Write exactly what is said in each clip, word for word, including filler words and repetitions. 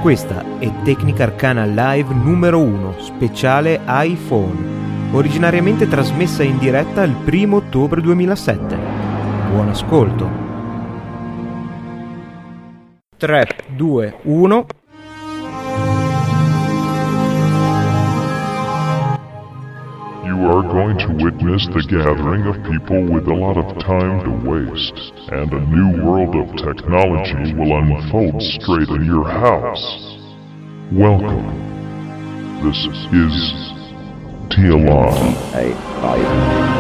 Questa è Tecnica Arcana Live numero uno, speciale iPhone, originariamente trasmessa in diretta il primo ottobre duemilasette. Buon ascolto. tre, due, uno. You are going to witness the gathering of people with a lot of time to waste, and a new world of technology will unfold straight in your house. Welcome. This is T L I.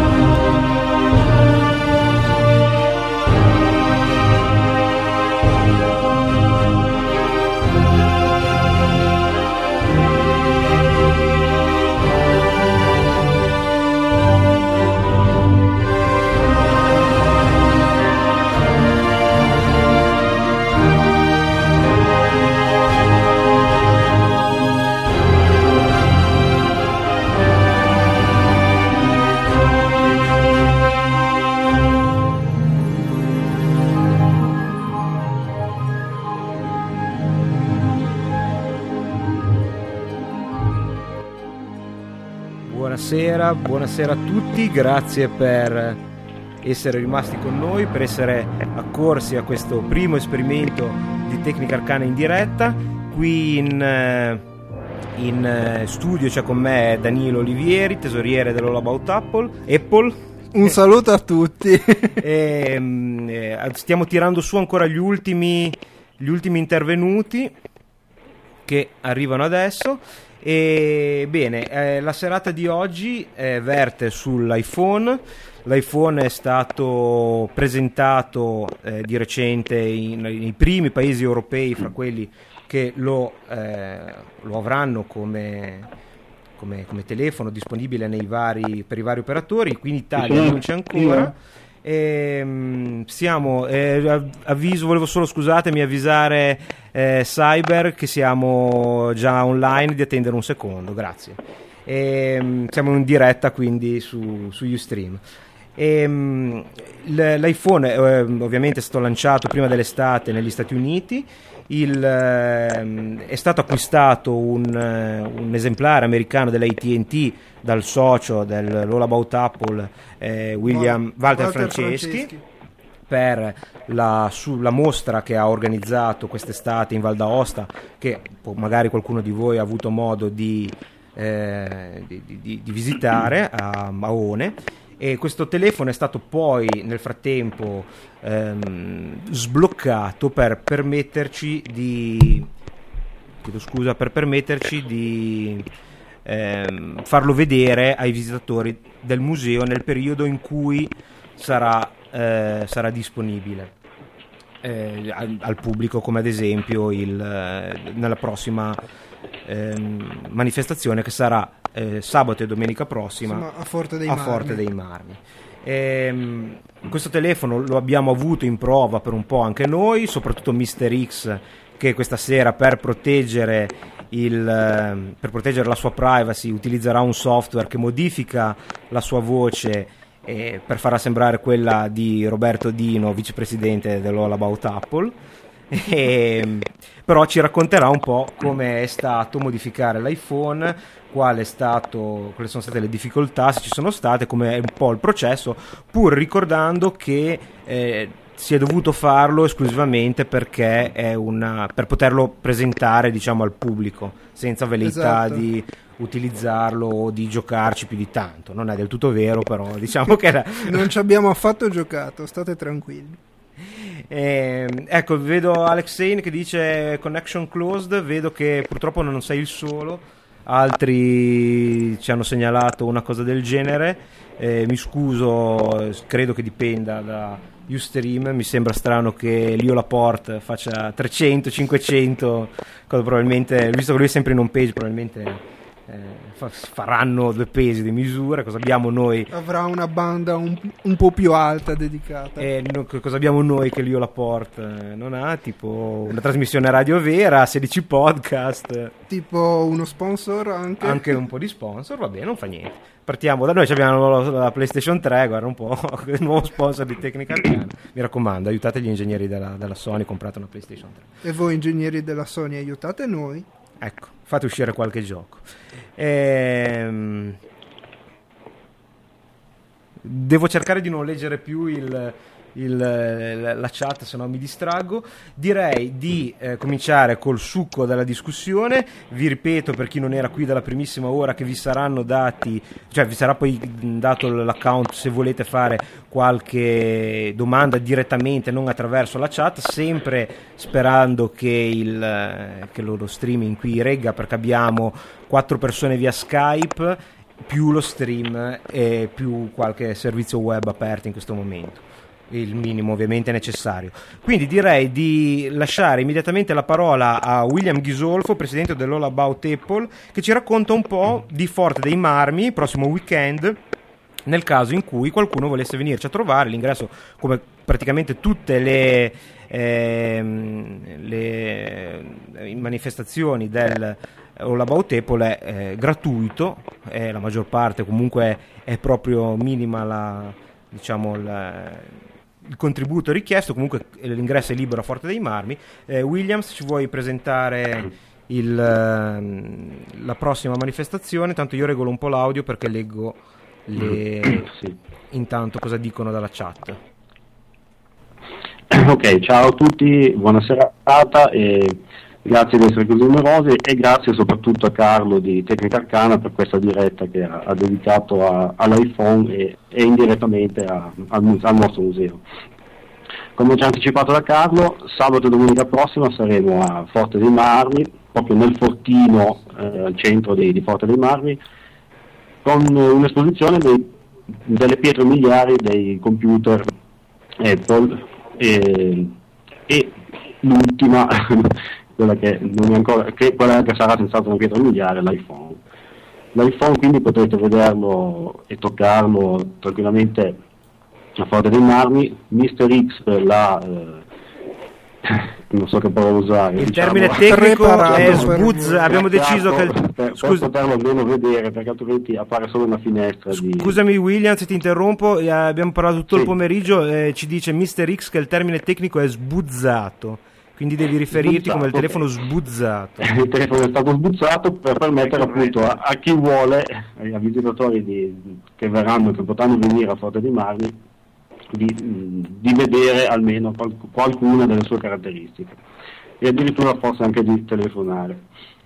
Buonasera, buonasera a tutti, grazie per essere rimasti con noi, per essere accorsi a questo primo esperimento di Tecnica Arcana in diretta. Qui in, in studio c'è con me Danilo Olivieri, tesoriere dell'All About Apple. Apple. Un saluto a tutti. e, e, stiamo tirando su ancora gli ultimi, gli ultimi intervenuti che arrivano adesso. E bene, eh, la serata di oggi eh, verte sull'iPhone. L'iPhone è stato presentato eh, di recente in, nei primi paesi europei, fra quelli che lo, eh, lo avranno come, come, come telefono disponibile nei vari, per i vari operatori. Qui in Italia non c'è ancora. E, siamo eh, avviso, volevo solo, scusatemi, avvisare eh, Cyber che siamo già online, di attendere un secondo, grazie. E, siamo in diretta quindi su, su Ustream. E, l'iPhone eh, ovviamente è stato lanciato prima dell'estate negli Stati Uniti. Il, eh, è stato acquistato un, un esemplare americano dell'A T and T dal socio dell'All About Apple, eh, William Walter, Walter Franceschi, Franceschi per la, su, la mostra che ha organizzato quest'estate in Val d'Aosta, che magari qualcuno di voi ha avuto modo di, eh, di, di, di visitare a Maone. E questo telefono è stato poi nel frattempo ehm, sbloccato per permetterci di chiedo scusa per permetterci di ehm, farlo vedere ai visitatori del museo nel periodo in cui sarà, eh, sarà disponibile eh, al, al pubblico, come ad esempio il, eh, nella prossima ehm, manifestazione che sarà Eh, sabato e domenica prossima, Insomma, a Forte dei a Marmi, Forte dei Marmi. Ehm, questo telefono lo abbiamo avuto in prova per un po' anche noi, soprattutto mister X, che questa sera per proteggere, il, per proteggere la sua privacy utilizzerà un software che modifica la sua voce eh, per farla sembrare quella di Roberto Dino, vicepresidente dell'All About Apple. E, però ci racconterà un po' come è stato modificare l'iPhone, qual è stato, quali sono state le difficoltà, se ci sono state, come è un po' il processo, pur ricordando che eh, si è dovuto farlo esclusivamente perché è una, per poterlo presentare, diciamo, al pubblico, senza velleità esatto. di utilizzarlo o di giocarci più di tanto. Non è del tutto vero, però diciamo che era... non ci abbiamo affatto giocato, state tranquilli. Eh, ecco, vedo Alexei che dice connection closed, vedo che purtroppo non sei il solo, altri ci hanno segnalato una cosa del genere. Eh, mi scuso, credo che dipenda da Ustream, mi sembra strano che Leo Laporte faccia trecento cinquecento, cosa probabilmente, visto che lui è sempre in home page, probabilmente eh, fa- faranno due pesi, due misure. Cosa abbiamo noi? Avrà una banda un, un po' più alta dedicata. Eh, no, cosa abbiamo noi che l'Io La Porte eh, non ha? Tipo una trasmissione radio vera, sedici podcast, Tipo uno sponsor anche. anche un po' di sponsor, va bene, non fa niente. Partiamo da noi, abbiamo la, la PlayStation tre, guarda un po', il nuovo sponsor di Tecnica Arcana. Mi raccomando, aiutate gli ingegneri della, della Sony, comprate una PlayStation tre. E voi ingegneri della Sony aiutate noi. Ecco, fate uscire qualche gioco. Ehm... Devo cercare di non leggere più il, il, la chat, se no mi distraggo. Direi di eh, cominciare col succo della discussione. Vi ripeto, per chi non era qui dalla primissima ora, che vi saranno dati, cioè vi sarà poi dato l'account se volete fare qualche domanda direttamente, non attraverso la chat, sempre sperando che il che lo, lo streaming qui regga, perché abbiamo quattro persone via Skype più lo stream e più qualche servizio web aperto in questo momento, il minimo ovviamente necessario. Quindi direi di lasciare immediatamente la parola a William Ghisolfo, presidente dell'All About Apple, che ci racconta un po' di Forte dei Marmi, prossimo weekend, nel caso in cui qualcuno volesse venirci a trovare. L'ingresso, come praticamente tutte le, ehm, le manifestazioni del All About Apple, è eh, gratuito, è la maggior parte, comunque è proprio minima la, diciamo, la, il contributo richiesto. Comunque l'ingresso è libero a Forte dei Marmi. eh, Williams, ci vuoi presentare il, la prossima manifestazione? Tanto io regolo un po' l'audio perché leggo le... Sì. intanto cosa dicono dalla chat. Ok, ciao a tutti, buona serata e grazie di essere così numerosi, e grazie soprattutto a Carlo di Tecnica Arcana per questa diretta che ha, ha dedicato a, all'iPhone e, e indirettamente a, al, al nostro museo. Come già anticipato da Carlo, sabato e domenica prossima saremo a Forte dei Marmi, proprio nel fortino eh, al centro di, di Forte dei Marmi, con un'esposizione dei, delle pietre miliari dei computer Apple e, e l'ultima, quella che non è ancora, che quella che sarà senz'altro una pietra miliare, l'iPhone. L'iPhone quindi potrete vederlo e toccarlo tranquillamente a Forte dei Marmi. mister X la eh, non so che parola usare, Il diciamo, termine tecnico preparato è per- sbuzz. Abbiamo deciso che per, per Scusa, poterlo almeno vedere, perché altrimenti appare solo una finestra di... scusami William se ti interrompo, eh, abbiamo parlato tutto Sì. il pomeriggio, eh, ci dice mister X che il termine tecnico è sbuzzato, quindi devi riferirti come il Sbuzzato, telefono ok. sbuzzato. Il telefono è stato sbuzzato per permettere appunto a, a chi vuole, ai ai visitatori di, che verranno, che potranno venire a Forte dei Marmi, di, di vedere almeno qual, qualcuna delle sue caratteristiche e addirittura forse anche di telefonare.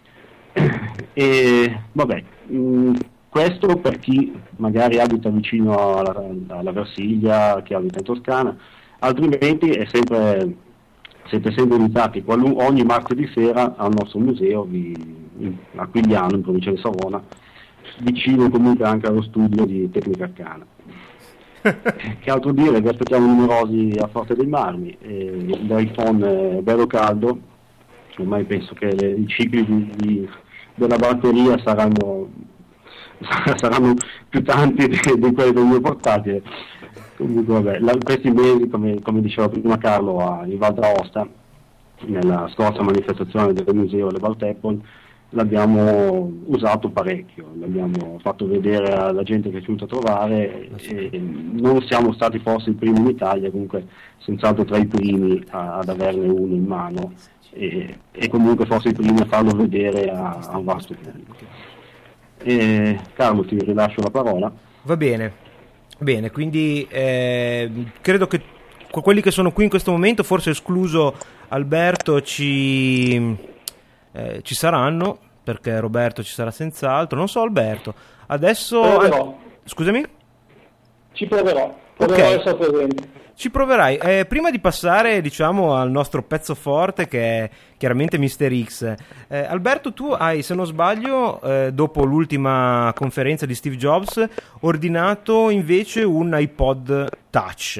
E vabbè, mh, questo per chi magari abita vicino alla, alla Versiglia, chi abita in Toscana, altrimenti è sempre, siete sempre invitati qualun- ogni martedì sera al nostro museo vi, in, a Quigliano, in provincia di Savona, vicino comunque anche allo studio di Tecnica Arcana. Che altro dire, vi aspettiamo numerosi a Forte dei Marmi. eh, l'iPhone è bello caldo, ormai penso che le, i cicli di, di, della batteria saranno saranno più tanti di, di quelli del mio portatile. Comunque vabbè, la, questi mesi, come, come diceva prima Carlo, a, in Val d'Aosta, nella scorsa manifestazione del museo About Apple, l'abbiamo usato parecchio, l'abbiamo fatto vedere alla gente che è venuta a trovare, e non siamo stati forse i primi in Italia, comunque senz'altro tra i primi a, ad averne uno in mano e, e comunque forse i primi a farlo vedere a, a un vasto pubblico. E, Carlo, ti rilascio la parola. Va bene, bene, quindi eh, credo che quelli che sono qui in questo momento, forse escluso Alberto, ci... Eh, ci saranno, perché Roberto ci sarà senz'altro. Non so Alberto, adesso Proverò. scusami? Ci proverò, proverò Ok. a essere presente. Ci proverai. Eh, prima di passare, diciamo, al nostro pezzo forte, che è chiaramente mister X, eh, Alberto, tu hai, se non sbaglio, eh, dopo l'ultima conferenza di Steve Jobs, ordinato invece un iPod Touch.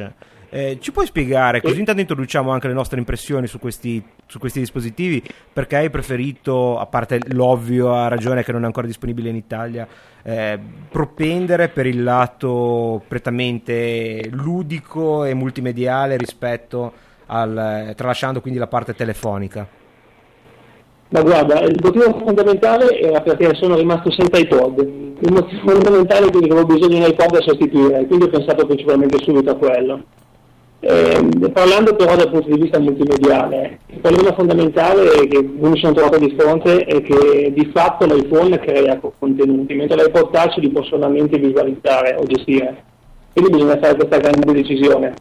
Eh, ci puoi spiegare, così intanto introduciamo anche le nostre impressioni su questi, su questi dispositivi, perché hai preferito, a parte l'ovvio, ha ragione che non è ancora disponibile in Italia, eh, propendere per il lato prettamente ludico e multimediale rispetto al, tralasciando quindi la parte telefonica? Ma guarda, il motivo fondamentale era perché sono rimasto senza iPod. Il motivo fondamentale è che avevo bisogno di un iPod da sostituire, quindi ho pensato principalmente subito a quello. Eh, parlando però dal punto di vista multimediale, il problema fondamentale che mi sono trovato di fronte è che di fatto l'iPhone crea contenuti, mentre l'iPod Touch li può solamente visualizzare o gestire. Quindi bisogna fare questa grande decisione.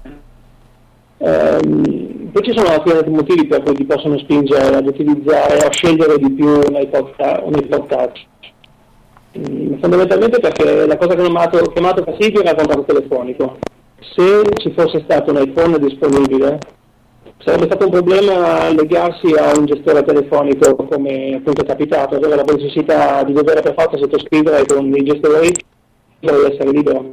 Um, poi ci sono altri motivi per cui ti possono spingere ad utilizzare o a scegliere di più un iPod, un iPod Touch. Um, fondamentalmente perché la cosa che mi ha chiamato fastidio era il contatto telefonico. Se ci fosse stato un iPhone disponibile sarebbe stato un problema legarsi a un gestore telefonico, come appunto è capitato, avere la necessità di dover per forza sottoscrivere con i gestori per essere libero.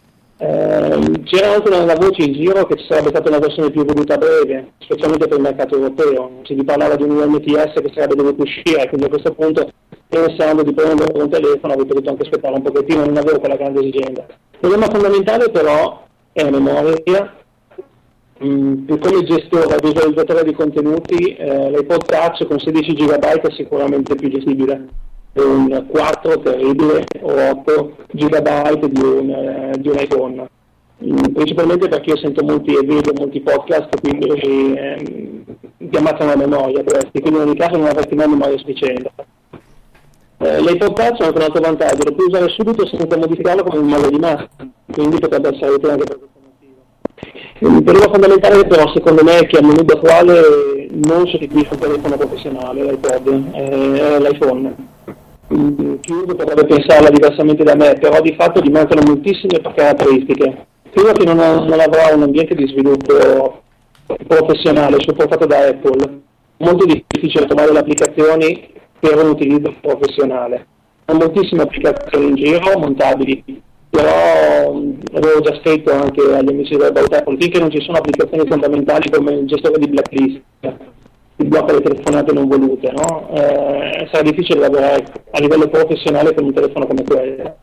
Eh, c'era anche una, una voce in giro che ci sarebbe stata una versione più voluta a breve, specialmente per il mercato europeo. Si parlava di un U M T S che sarebbe dovuto uscire, quindi a questo punto, pensando di prendere un telefono, avrei potuto anche aspettare un pochettino, non avevo quella grande esigenza. Il problema fondamentale però è la memoria. Mm, come gestore, visualizzatore di contenuti, eh, l'iPod Touch con sedici giga byte è sicuramente più gestibile. Un quattro terribile o otto giga byte di un, eh, di un iPhone, mm, principalmente perché io sento molti e vedo molti podcast, quindi eh, ti ammazzano la memoria questi, quindi in ogni caso non avresti mai memoria sufficiente. Eh, l'iPod Touch ha anche un altro vantaggio, lo puoi usare subito senza modificarlo come un modello di massa, quindi potrebbe essere utile anche per questo motivo. Il problema fondamentale però secondo me è che al momento attuale non sostituisce un telefono professionale, l'iPod, eh, l'iPhone. Chiunque potrebbe pensarla diversamente da me, però di fatto gli mancano moltissime caratteristiche. Credo che non, non avrà un ambiente di sviluppo professionale supportato da Apple, molto difficile trovare le applicazioni per un utilizzo professionale. Ho moltissime applicazioni in giro, montabili, però avevo già scritto anche agli amici del About Apple, finché non ci sono applicazioni fondamentali come il gestore di blacklist, il blocco delle telefonate non volute, no? Eh, sarà difficile lavorare a livello professionale con un telefono come quello.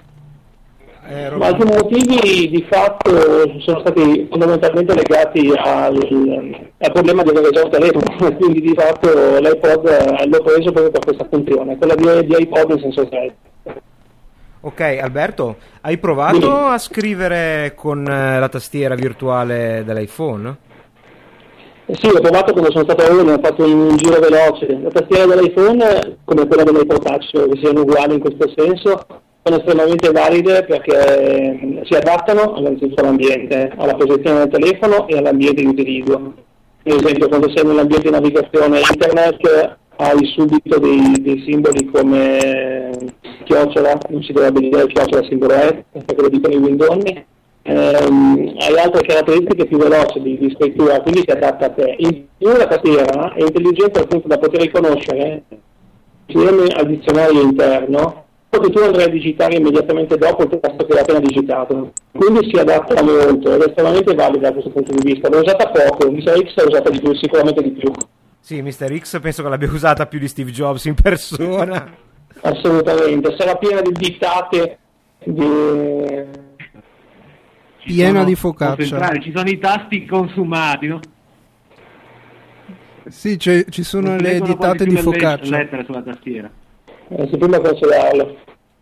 Eh, Ma altri motivi di fatto sono stati fondamentalmente legati al, al problema di avere già un telefono, quindi di fatto l'iPod l'ho preso proprio per questa funzione, quella di, di iPod in senso stretto. Ok, Alberto, hai provato Quindi. a scrivere con la tastiera virtuale dell'iPhone? Sì, l'ho provato quando sono stato a Roma, ho fatto un giro veloce. La tastiera dell'iPhone, come quella dell'iPod Touch, che siano uguali in questo senso, sono estremamente valide perché si adattano all'ambiente, alla posizione del telefono e all'ambiente di utilizzo. Per esempio, quando sei nell'ambiente di navigazione internet hai subito dei, dei simboli come chiocciola, non si dovrebbe dire chiocciola simbolo è, perché lo dicono i windowni. Ehm, hai altre caratteristiche più veloci di, di scrittura, quindi si adatta a te. In più la tastiera è intelligente al punto da poter riconoscere insieme al dizionario interno che tu andrai a digitare immediatamente dopo il testo che hai appena digitato, quindi si adatta molto ed è estremamente valida da questo punto di vista. L'ho usata poco, mister X l'ha usata di più, sicuramente di più. Sì, mister X penso che l'abbia usata più di Steve Jobs in persona. Assolutamente, sarà piena di dittate di... piena di focaccia. Ci sono i tasti consumati, no? Sì, ci sono le dittate di focaccia. Lettere sulla tastiera. Eh, si prima cancellarlo.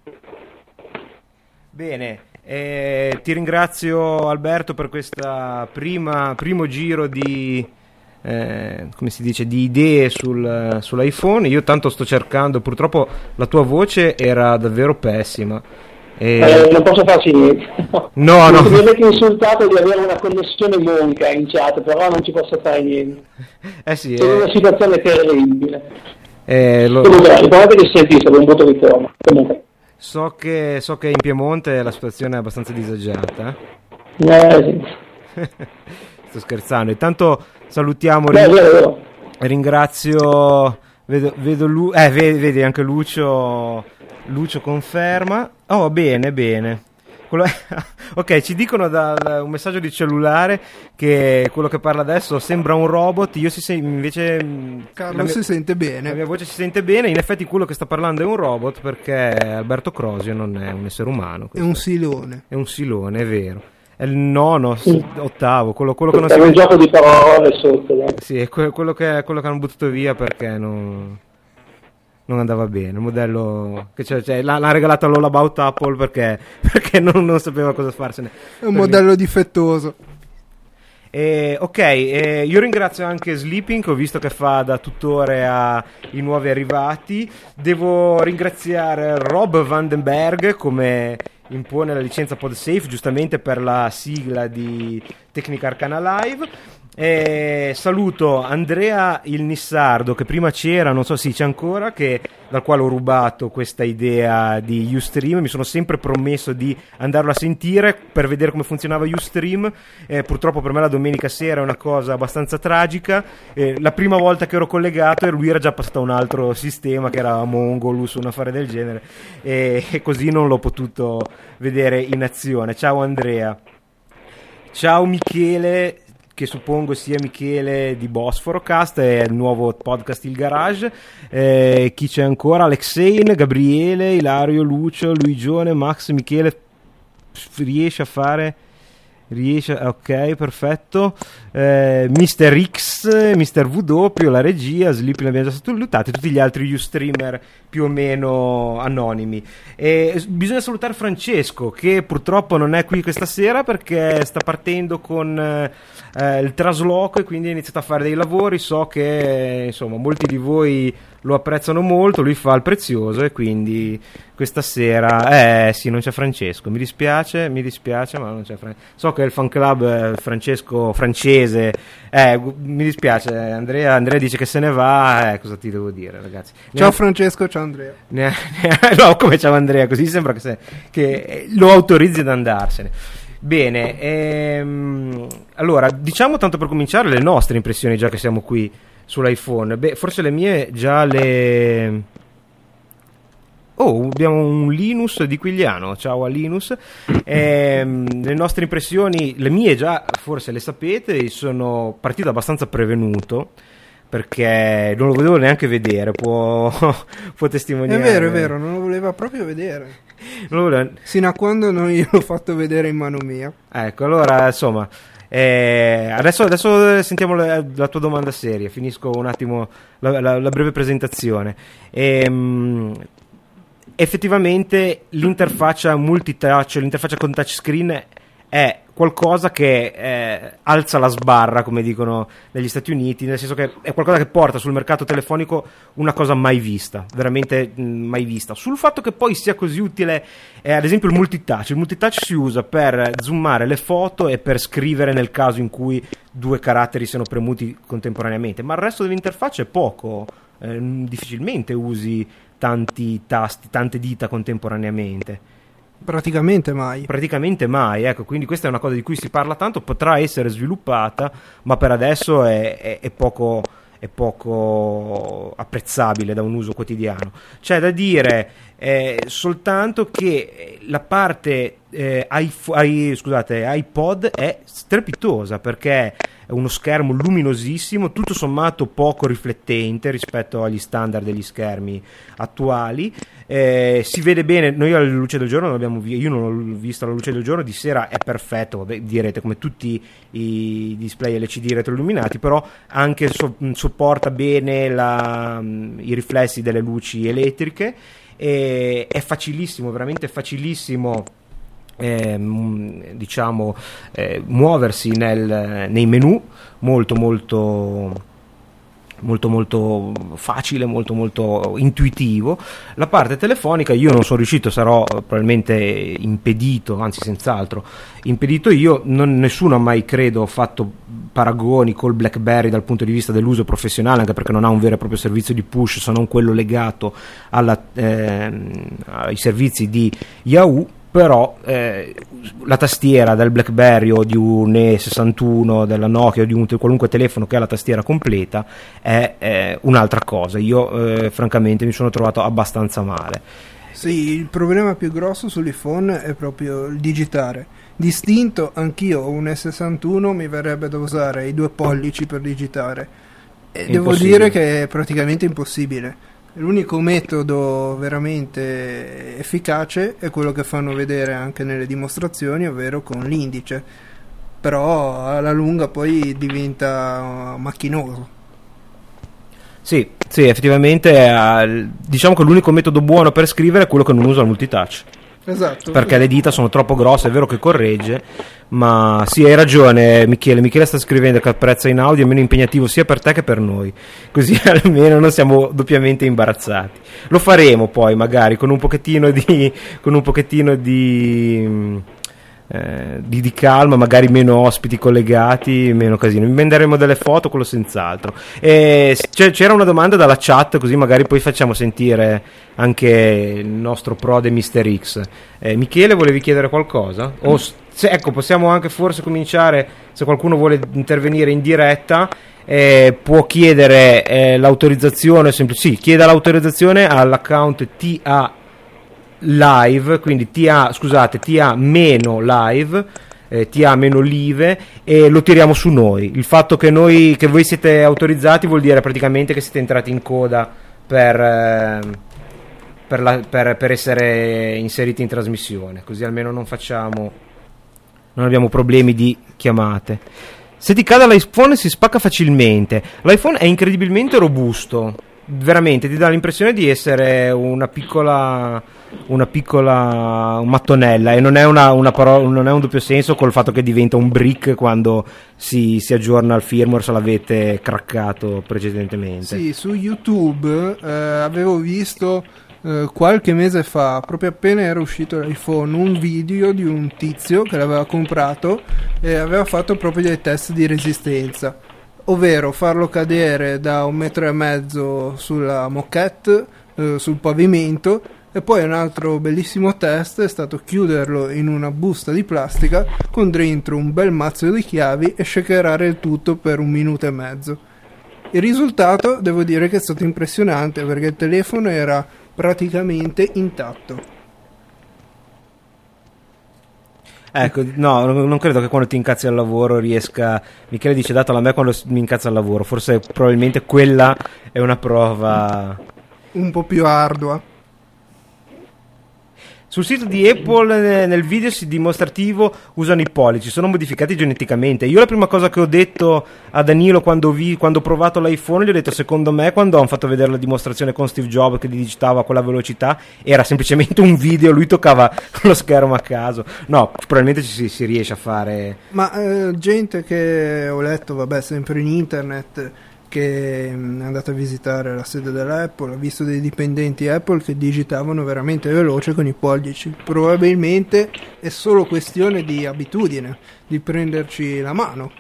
Bene, eh, ti ringrazio Alberto per questa prima primo giro di eh, come si dice di idee sul, sull'iPhone. Io tanto sto cercando, purtroppo la tua voce era davvero pessima. E... Eh, non posso farci niente. No, no. Mi avete insultato di avere una connessione monca in chat, però non ci posso fare niente. Eh sì. È eh... una situazione terribile. Eh, lo... Comunque, ricordate che senti, un voto di forma. Comunque. So che, so che in Piemonte la situazione è abbastanza disagiata. Eh, sì. Sto scherzando. Intanto salutiamo. Beh, ring... vero, vero. Ringrazio. Vedo, vedo Lu... eh, vedi, vedi anche Lucio. Lucio conferma. Oh, bene, bene. quello è... ok, ci dicono da un messaggio di cellulare che quello che parla adesso sembra un robot. Io si sen- invece Carlo mia... si sente bene, la mia voce si sente bene. In effetti quello che sta parlando è un robot, perché Alberto Crosio non è un essere umano. è un silone, è un silone, è vero. È il nono, sì. ottavo, quello, quello che non è si un vede... gioco di parole sotto, dai. Sì, è que- quello, che, quello che hanno buttato via perché non, non andava bene. Il modello che c'è, c'è, l'ha, l'ha regalato all'All About Apple perché, perché non, non sapeva cosa farsene. è un modello difettoso. Eh, ok, eh, io ringrazio anche Sleeping, che ho visto che fa da tutore ai nuovi arrivati. Devo ringraziare Rob Vandenberg, come impone la licenza PodSafe, giustamente per la sigla di Tecnica Arcana Live. Eh, saluto Andrea il Nissardo, che prima c'era, non so se c'è ancora, che, dal quale ho rubato questa idea di Ustream. Mi sono sempre promesso di andarlo a sentire per vedere come funzionava Ustream. Eh, purtroppo per me la domenica sera è una cosa abbastanza tragica. Eh, la prima volta che ero collegato e lui era già passato a un altro sistema che era Mongolus, un affare del genere, e, e così non l'ho potuto vedere in azione. Ciao Andrea. Ciao Michele, che suppongo sia Michele di Bosforocast, è il nuovo podcast Il Garage. Eh, chi c'è ancora? Alexein, Gabriele, Ilario, Lucio, Luigione, Max, Michele riesce a fare... riesce, ok, perfetto. eh, mister X, mister W, la regia, Sleepy l'abbiamo già salutati, tutti gli altri Ustreamer più o meno anonimi. E bisogna salutare Francesco, che purtroppo non è qui questa sera perché sta partendo con eh, il trasloco e quindi ha iniziato a fare dei lavori. So che insomma molti di voi lo apprezzano molto, lui fa il prezioso e quindi questa sera eh sì, non c'è Francesco, mi dispiace, mi dispiace, ma non c'è Francesco. So che il fan club eh, Francesco francese, eh, mi dispiace, Andrea, Andrea dice che se ne va, eh, cosa ti devo dire, ragazzi? Ciao ne... Francesco, ciao Andrea. Ne... no, come ciao Andrea, così sembra che, se... che lo autorizzi ad andarsene. Bene, ehm... allora, diciamo tanto per cominciare le nostre impressioni, già che siamo qui sull'iPhone. Beh, forse le mie già le... Oh, abbiamo un Linus di Quigliano. Ciao a Linus. Ehm, le nostre impressioni, le mie già forse le sapete, sono partito abbastanza prevenuto perché non lo volevo neanche vedere, può, può testimoniare. È vero, è vero, non lo voleva proprio vedere. Non lo voleva... Sino a quando non gliel'ho fatto vedere in mano mia. Ecco, allora insomma... Eh, adesso, adesso sentiamo la, la tua domanda seria. Finisco un attimo la, la, la breve presentazione. Ehm, effettivamente l'interfaccia multitouch, l'interfaccia con touchscreen è qualcosa che eh, alza la sbarra, come dicono negli Stati Uniti, nel senso che è qualcosa che porta sul mercato telefonico una cosa mai vista, veramente mh, mai vista. Sul fatto che poi sia così utile, eh, ad esempio il multitouch. Il multitouch si usa per zoomare le foto e per scrivere nel caso in cui due caratteri siano premuti contemporaneamente, ma il resto dell'interfaccia è poco, eh, difficilmente usi tanti tasti, tante dita contemporaneamente. Praticamente mai. Praticamente mai, ecco, quindi questa è una cosa di cui si parla tanto, potrà essere sviluppata, ma per adesso è, è, è poco è poco apprezzabile da un uso quotidiano. C'è da dire eh, soltanto che la parte eh, iPhone, i, scusate, iPod è strepitosa perché è uno schermo luminosissimo, tutto sommato poco riflettente rispetto agli standard degli schermi attuali. Eh, si vede bene, noi alla luce del giorno non abbiamo vi- io non l'ho visto alla luce del giorno, di sera è perfetto, vabbè, direte come tutti i display L C D retroilluminati, però anche so- sopporta bene la, i riflessi delle luci elettriche, e è facilissimo, veramente facilissimo Eh, diciamo eh, muoversi nel, nei menu, molto molto molto molto facile, molto molto intuitivo. La parte telefonica io non sono riuscito, sarò probabilmente impedito, anzi senz'altro impedito io, non, nessuno ha mai credo fatto paragoni col BlackBerry dal punto di vista dell'uso professionale, anche perché non ha un vero e proprio servizio di push se non quello legato alla, eh, ai servizi di Yahoo. Però eh, la tastiera del BlackBerry o di un E sessantuno della Nokia o di un qualunque telefono che ha la tastiera completa è eh, un'altra cosa. Io eh, francamente mi sono trovato abbastanza male. Sì, il problema più grosso sull'iPhone è proprio il digitare. Distinto, anch'io ho un E sessantuno, mi verrebbe da usare i due pollici per digitare. E devo dire che è praticamente impossibile. L'unico metodo veramente efficace è quello che fanno vedere anche nelle dimostrazioni, ovvero con l'indice. Però alla lunga poi diventa macchinoso. Sì, sì, effettivamente eh, diciamo che l'unico metodo buono per scrivere è quello che non usa il multitouch. Esatto. Perché le dita sono troppo grosse, è vero che corregge, ma sì, hai ragione Michele, Michele sta scrivendo che apprezza in audio, è meno impegnativo sia per te che per noi, così almeno non siamo doppiamente imbarazzati. Lo faremo poi magari con un pochettino di con un pochettino di Eh, di, di calma, magari meno ospiti collegati, meno casino. Invenderemo delle foto, quello senz'altro. E c'era una domanda dalla chat, così magari poi facciamo sentire anche il nostro prode mister X. eh, Michele, volevi chiedere qualcosa? O, se, ecco, possiamo anche forse cominciare, se qualcuno vuole intervenire in diretta. Eh, può chiedere eh, l'autorizzazione, semplice, sì, chieda l'autorizzazione all'account T A live, quindi T A, scusate, T A meno live, eh, T A meno live, e lo tiriamo su noi. Il fatto che noi che voi siete autorizzati vuol dire praticamente che siete entrati in coda per eh, per, la, per, per essere inseriti in trasmissione, così almeno non facciamo non abbiamo problemi di chiamate. Se ti cade l'iPhone si spacca facilmente. L'iPhone è incredibilmente robusto, veramente ti dà l'impressione di essere una piccola una piccola mattonella, e non è una, una parola, non è un doppio senso col fatto che diventa un brick quando si, si aggiorna al firmware, se l'avete craccato precedentemente. Sì, su YouTube eh, avevo visto eh, qualche mese fa, proprio appena era uscito l'iPhone, un video di un tizio che l'aveva comprato e aveva fatto proprio dei test di resistenza, ovvero farlo cadere da un metro e mezzo sulla moquette, eh, sul pavimento, e poi un altro bellissimo test è stato chiuderlo in una busta di plastica con dentro un bel mazzo di chiavi e shakerare il tutto per un minuto e mezzo. Il risultato devo dire che è stato impressionante, perché il telefono era praticamente intatto. Ecco, no, non credo che quando ti incazzi al lavoro riesca. Michele dice datelo a me quando mi incazzo al lavoro. Forse probabilmente quella è una prova un po' più ardua. Sul sito di Apple nel video dimostrativo usano i pollici, sono modificati geneticamente. Io la prima cosa che ho detto a Danilo quando, vi, quando ho provato l'iPhone, gli ho detto secondo me quando hanno fatto vedere la dimostrazione con Steve Jobs che digitava a quella velocità era semplicemente un video, lui toccava lo schermo a caso. No, probabilmente ci si, si riesce a fare. Ma eh, gente che ho letto, vabbè, sempre in internet, che è andata a visitare la sede dell'Apple, ha visto dei dipendenti Apple che digitavano veramente veloce con i pollici. Probabilmente è solo questione di abitudine, di prenderci la mano.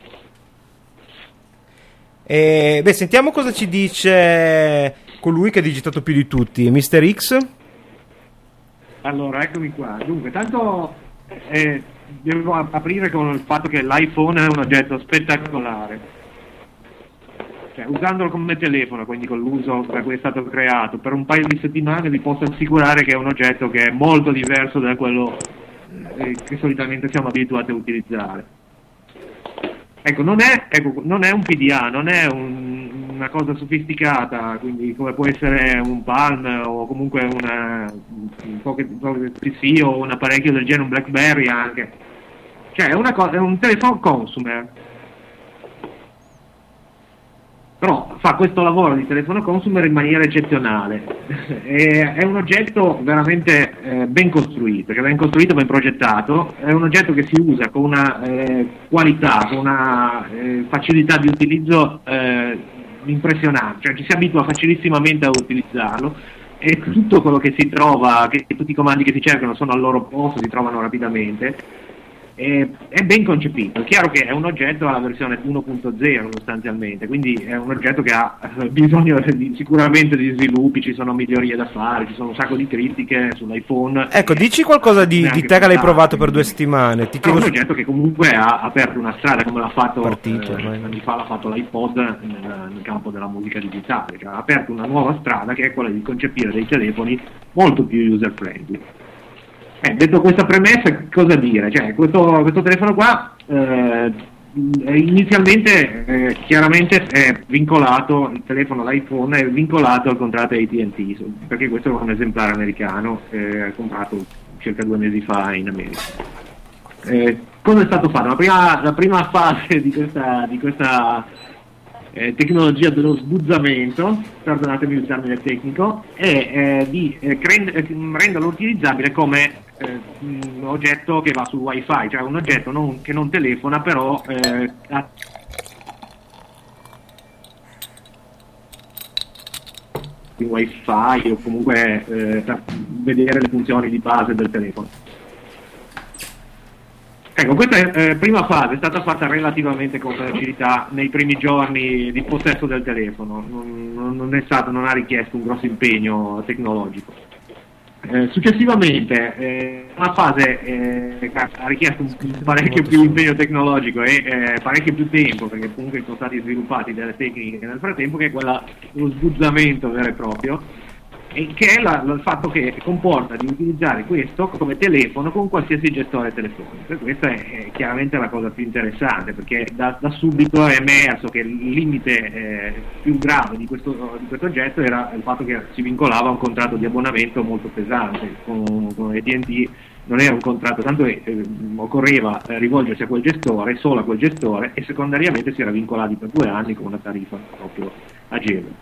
E, beh, sentiamo cosa ci dice colui che ha digitato più di tutti, mister X. Allora, eccomi qua. Dunque, tanto eh, devo aprire con il fatto che l'iPhone è un oggetto spettacolare. Cioè, usandolo come telefono, quindi con l'uso per cui è stato creato, per un paio di settimane vi posso assicurare che è un oggetto che è molto diverso da quello eh, che solitamente siamo abituati a utilizzare. Ecco, non è, ecco, non è un P D A, non è un, una cosa sofisticata, quindi come può essere un Palm o comunque una, un Pocket P C o un apparecchio del genere, un BlackBerry anche. Cioè, è, una cosa, è un telefono consumer. Però fa questo lavoro di telefono consumer in maniera eccezionale. È un oggetto veramente eh, ben costruito, che è ben costruito, ben progettato, è un oggetto che si usa con una eh, qualità, con una eh, facilità di utilizzo eh, impressionante, cioè ci si abitua facilissimamente a utilizzarlo e tutto quello che si trova, che tutti i comandi che si cercano sono al loro posto, si trovano rapidamente. è, è ben concepito. È chiaro che è un oggetto alla versione uno punto zero sostanzialmente, quindi è un oggetto che ha bisogno di, sicuramente di sviluppi, ci sono migliorie da fare, ci sono un sacco di critiche sull'iPhone. Ecco, dici qualcosa di, di te che l'hai provato per due settimane. Ti è un oggetto che comunque ha aperto una strada, come l'ha fatto partito, eh, anni fa l'ha fatto l'iPod nel, nel campo della musica digitale, cioè ha aperto una nuova strada che è quella di concepire dei telefoni molto più user friendly. Eh, detto questa premessa, cosa dire? Cioè, questo, questo telefono qua eh, inizialmente eh, chiaramente è vincolato, il telefono, l'iPhone è vincolato al contratto A T and T, perché questo è un esemplare americano eh, comprato circa due mesi fa in America. Eh, cosa è stato fatto? La prima, la prima fase di questa, di questa eh, tecnologia dello sbuzzamento, perdonatemi il termine tecnico, è eh, di eh, renderlo utilizzabile come eh, un oggetto che va sul wifi, cioè un oggetto non, che non telefona, però eh, ha il wifi o comunque eh, per vedere le funzioni di base del telefono. Ecco, questa eh, prima fase è stata fatta relativamente con facilità nei primi giorni di possesso del telefono, non, non è stato, non ha richiesto un grosso impegno tecnologico. Eh, successivamente eh, una fase eh, ha richiesto un, un parecchio più impegno tecnologico e eh, parecchio più tempo, perché comunque sono stati sviluppati delle tecniche nel frattempo, che è quella dello sbuzzamento vero e proprio, e che è la, la, il fatto che comporta di utilizzare questo come telefono con qualsiasi gestore telefonico. E questa è, è chiaramente la cosa più interessante, perché da, da subito è emerso che il limite eh, più grave di questo, di questo oggetto era il fatto che si vincolava a un contratto di abbonamento molto pesante con, con A T and T. Non era un contratto, tanto eh, occorreva eh, rivolgersi a quel gestore, solo a quel gestore, e secondariamente si era vincolati per due anni con una tariffa proprio agevole.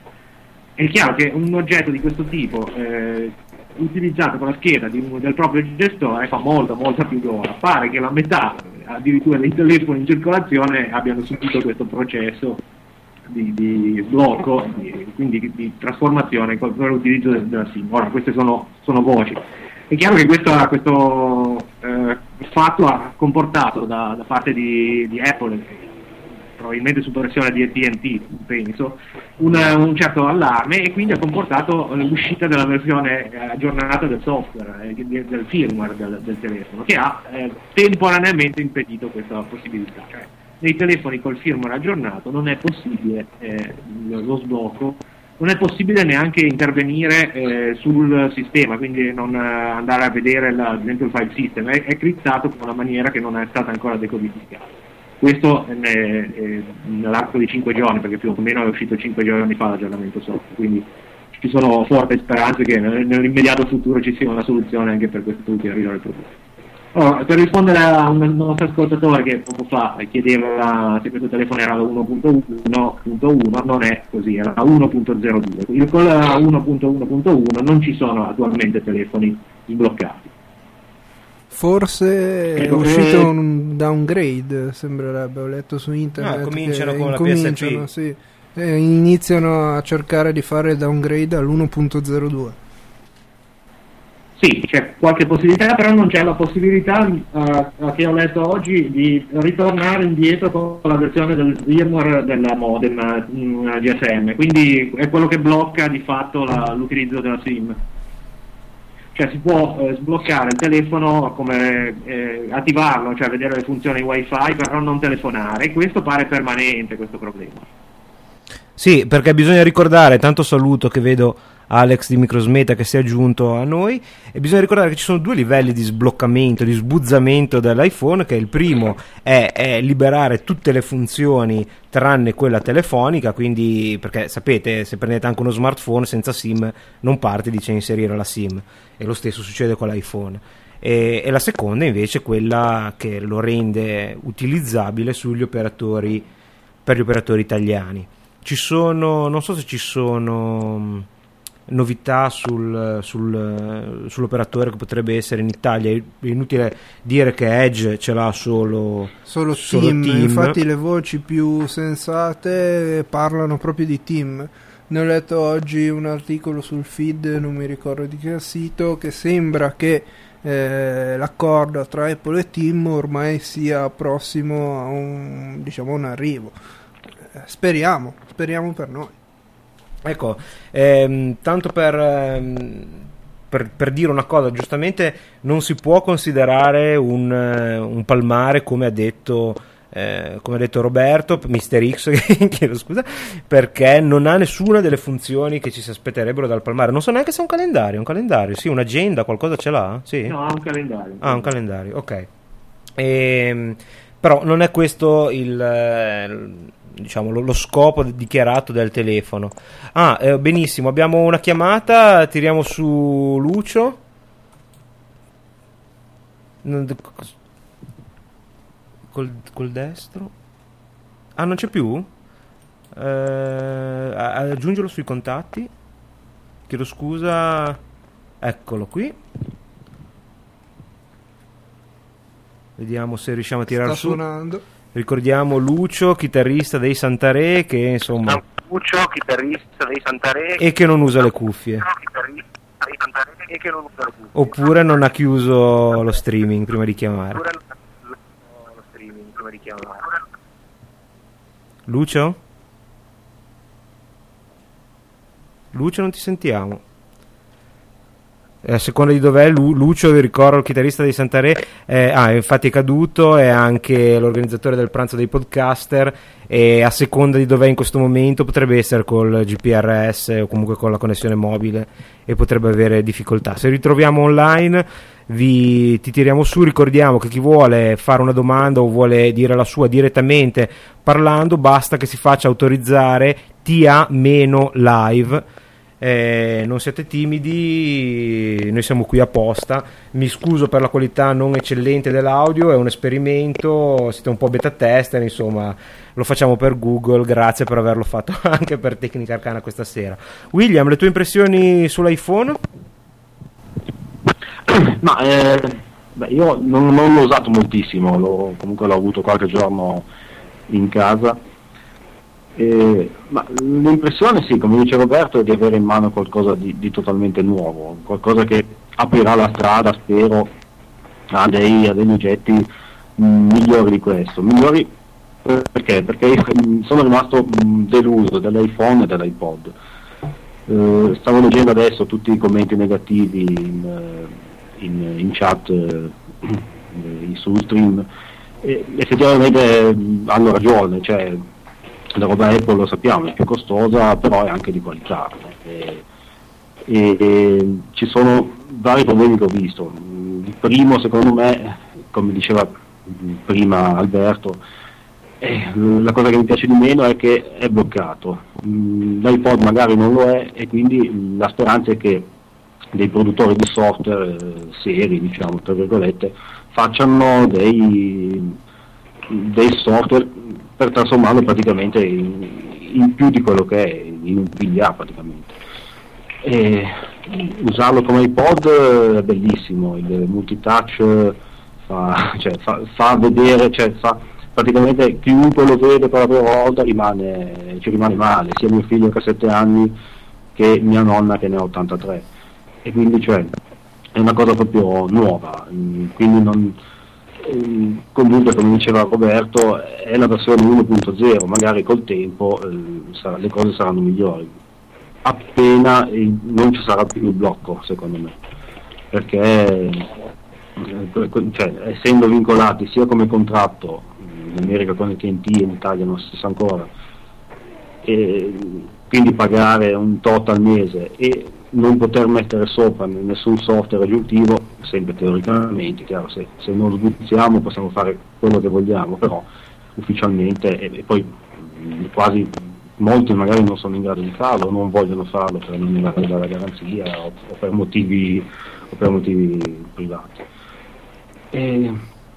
È chiaro che un oggetto di questo tipo eh, utilizzato con la scheda di un, del proprio gestore fa molta molta più gola. Pare che la metà addirittura dei telefoni in circolazione abbiano subito questo processo di, di sblocco, di, quindi di, di trasformazione per l'utilizzo della SIM. Ora, queste sono, sono voci. È chiaro che questo, questo eh, fatto ha comportato da, da parte di, di Apple, probabilmente su pressione di A T and T, penso, un, un certo allarme, e quindi ha comportato l'uscita della versione aggiornata del software, eh, del firmware del, del telefono, che ha eh, temporaneamente impedito questa possibilità. Cioè, nei telefoni col firmware aggiornato non è possibile eh, lo sblocco, non è possibile neanche intervenire eh, sul sistema, quindi non eh, andare a vedere la, ad esempio il file system, è, è criptato in una maniera che non è stata ancora decodificata. Questo eh, eh, nell'arco di cinque giorni, perché più o meno è uscito cinque giorni fa l'aggiornamento software, quindi ci sono forti speranze che nell'immediato futuro ci sia una soluzione anche per questo ultimo arrivare prodotto. Allora, per rispondere a un nostro ascoltatore che poco fa chiedeva se questo telefono era la uno punto uno punto uno, non è così, era la uno punto zero due. Con la uno punto uno punto uno non ci sono attualmente telefoni sbloccati. Forse è ecco, uscito eh, un downgrade, sembrerebbe, ho letto su internet. No, cominciano che con la P S P. sì, eh, iniziano a cercare di fare il downgrade all'uno punto zero due. Sì, c'è qualche possibilità, però non c'è la possibilità uh, che ho letto oggi di ritornare indietro con la versione del firmware del modem uh, G S M, quindi è quello che blocca di fatto la, l'utilizzo della SIM. Cioè si può eh, sbloccare il telefono, come eh, attivarlo, cioè vedere le funzioni wifi, però non telefonare, e questo pare permanente, questo problema. Sì, perché bisogna ricordare, tanto saluto che vedo Alex di Microsmeta che si è aggiunto a noi, e bisogna ricordare che ci sono due livelli di sbloccamento, di sbuzzamento dell'iPhone, che il primo è, è liberare tutte le funzioni tranne quella telefonica, quindi perché sapete, se prendete anche uno smartphone senza SIM non parte, dice inserire la SIM, e lo stesso succede con l'iPhone. E, e la seconda invece è quella che lo rende utilizzabile sugli operatori, per gli operatori italiani. Ci sono, non so se ci sono novità sul, sul, sull'operatore che potrebbe essere in Italia. È inutile dire che Edge ce l'ha solo solo, solo team. team. Infatti le voci più sensate parlano proprio di Team. Ne ho letto oggi un articolo sul feed, non mi ricordo di che sito, che sembra che eh, l'accordo tra Apple e Tim ormai sia prossimo a un, diciamo, un arrivo. Eh, speriamo, speriamo per noi. Ecco, ehm, tanto per, ehm, per, per dire una cosa, giustamente non si può considerare un, un palmare, come ha detto eh, come ha detto Roberto, mister X, chiedo scusa, perché non ha nessuna delle funzioni che ci si aspetterebbero dal palmare. Non so neanche se è un calendario, un calendario, sì, un'agenda, qualcosa ce l'ha? Sì? No, ha un calendario. Ah, un calendario, ok. Ehm, però non è questo il... diciamo lo, lo scopo dichiarato del telefono. Ah, eh, benissimo, abbiamo una chiamata, tiriamo su Lucio. Col, col destro. Ah, non c'è più? Eh, aggiungilo sui contatti. Chiedo scusa. Eccolo qui. Vediamo se riusciamo a tirare Sta su. suonando. Ricordiamo Lucio, chitarrista dei Santaré, che insomma Lucio, chitarrista dei Santaré, e che non usa le cuffie. E che non usa le cuffie. Oppure non ha chiuso lo streaming prima di chiamare. Oppure lo streaming prima di chiamare. Lucio? Lucio, non ti sentiamo. A seconda di dov'è, Lu- Lucio, vi ricordo, il chitarrista dei Santaré, eh, ah, infatti è caduto, è anche l'organizzatore del pranzo dei podcaster, e a seconda di dov'è in questo momento potrebbe essere col G P R S o comunque con la connessione mobile e potrebbe avere difficoltà. Se ritroviamo online vi ti tiriamo su. Ricordiamo che chi vuole fare una domanda o vuole dire la sua direttamente parlando, basta che si faccia autorizzare T A live. Eh, non siate timidi, noi siamo qui apposta. Mi scuso per la qualità non eccellente dell'audio, è un esperimento, siete un po' beta tester, insomma lo facciamo per Google. Grazie per averlo fatto anche per Tecnica Arcana questa sera. William, le tue impressioni sull'iPhone? Ma eh, beh, io non, non l'ho usato moltissimo, l'ho, comunque l'ho avuto qualche giorno in casa. Eh, ma l'impressione, sì, come dice Roberto, è di avere in mano qualcosa di, di totalmente nuovo, qualcosa che aprirà la strada, spero, a, dei, a degli oggetti mh, migliori di questo. Migliori eh, perché? Perché io sono rimasto mh, deluso dell'iPhone e dell'iPod. Eh, stavo leggendo adesso tutti i commenti negativi in, in, in chat eh, su stream, e effettivamente mh, hanno ragione, cioè la roba Apple, lo sappiamo, è più costosa, però è anche di qualità, e, e, e ci sono vari problemi che ho visto. Il primo, secondo me, come diceva prima Alberto, eh, la cosa che mi piace di meno è che è bloccato. L'iPod magari non lo è, e quindi la speranza è che dei produttori di software eh, seri, diciamo, tra virgolette, facciano dei, dei software per trasformarlo praticamente in, in più di quello che è, in un P D A praticamente. E usarlo come iPod è bellissimo, il multitouch fa, cioè, fa, fa vedere, cioè, fa, praticamente chiunque lo vede per la prima volta rimane, ci rimane male, sia mio figlio che ha sette anni che mia nonna che ne ha ottantatré, e quindi cioè, è una cosa proprio nuova, quindi non... Comunque, come diceva Roberto, è la versione uno punto zero, magari col tempo eh, sarà, le cose saranno migliori, appena eh, non ci sarà più il blocco, secondo me, perché eh, cioè, essendo vincolati sia come contratto, in America con il T N T e in Italia non si sa ancora, e quindi pagare un tot al mese e non poter mettere sopra nessun software aggiuntivo, sempre teoricamente, chiaro, se, se non lo sbuzziamo possiamo fare quello che vogliamo, però ufficialmente, e, e poi mh, quasi molti magari non sono in grado di farlo, non vogliono farlo per non dare la garanzia o, o per motivi o per motivi privati. E,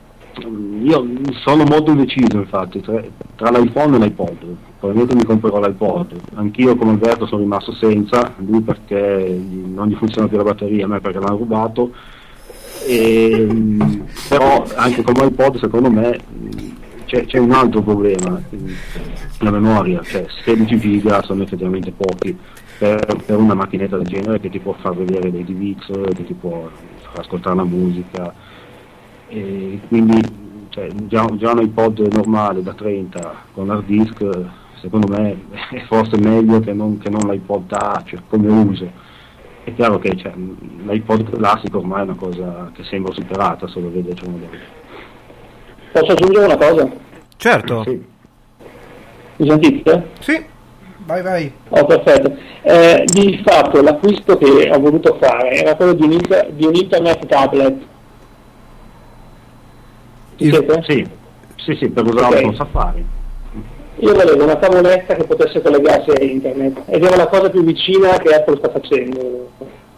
io sono molto indeciso, infatti, tra, tra l'iPhone e l'iPod. Probabilmente mi comprerò l'iPod. Anch'io, come Alberto, sono rimasto senza, lui perché non gli funziona più la batteria, a me perché l'hanno rubato. E, però anche come iPod, secondo me, c'è, c'è un altro problema, la memoria, cioè sedici giga sono effettivamente pochi per, per una macchinetta del genere che ti può far vedere dei D V X, che ti può far ascoltare la musica, e quindi cioè, già, già un iPod normale da trenta con hard disk secondo me è forse meglio che non, che non l'iPod Touch come uso. È chiaro che cioè, l'iPod classico ormai è una cosa che sembra superata, solo vede c'è un modello. Posso aggiungere una cosa? Certo. Sì. Mi sentite? Sì. Vai, vai. Oh, perfetto. Eh, di fatto l'acquisto che ho voluto fare era quello di un, inter- di un internet tablet. Ci siete? Sì, sì, sì, per usarlo Ok. con Safari. Io volevo una tavoletta che potesse collegarsi a internet ed era la cosa più vicina che Apple sta facendo.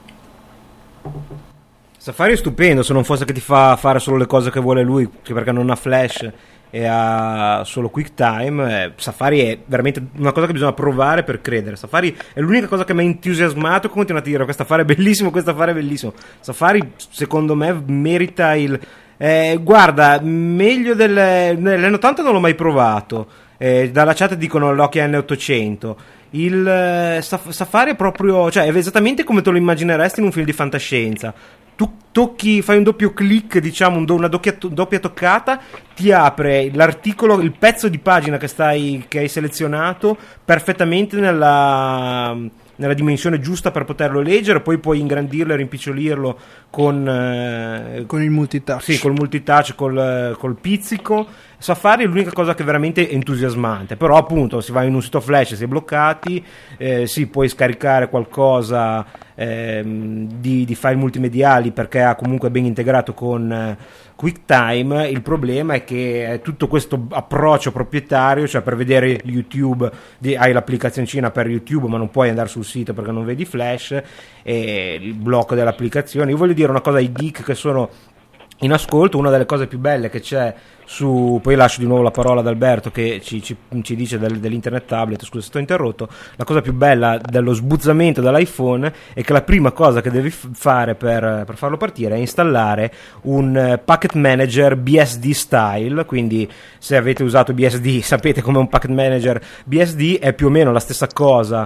Safari è stupendo, se non fosse che ti fa fare solo le cose che vuole lui, che perché non ha Flash e ha solo QuickTime. eh, Safari è veramente una cosa che bisogna provare per credere. Safari è l'unica cosa che mi ha entusiasmato e continuo a dire questo affare è bellissimo, questo affare è bellissimo. Safari secondo me merita il... Eh, guarda, meglio del... l'N ottanta non l'ho mai provato, eh, dalla chat dicono Nokia N ottocento. Il eh, Saf- Safari è proprio, cioè è esattamente come te lo immagineresti in un film di fantascienza. Tu tocchi, fai un doppio clic, diciamo un do- una doppia, doppia toccata, ti apre l'articolo, il pezzo di pagina che stai che hai selezionato perfettamente nella, nella dimensione giusta per poterlo leggere, poi puoi ingrandirlo e rimpicciolirlo con eh, Con il multitouch. sì, col multitouch, col, col pizzico. Safari è l'unica cosa che è veramente entusiasmante, però appunto si va in un sito flash, si è bloccati, eh, sì, puoi scaricare qualcosa ehm, di, di file multimediali perché ha comunque ben integrato con eh, QuickTime. Il problema è che è tutto questo approccio proprietario, cioè per vedere YouTube di, hai l'applicazioncina per YouTube ma non puoi andare sul sito perché non vedi Flash, e il blocco dell'applicazione. Io voglio dire una cosa ai geek che sono in ascolto, una delle cose più belle che c'è su, poi lascio di nuovo la parola ad Alberto che ci, ci, ci dice del, dell'internet tablet, scusa se sto interrotto. La cosa più bella dello sbuzzamento dall'iPhone è che la prima cosa che devi f- fare per, per farlo partire è installare un uh, packet manager B S D style, quindi se avete usato B S D sapete come un packet manager B S D è più o meno la stessa cosa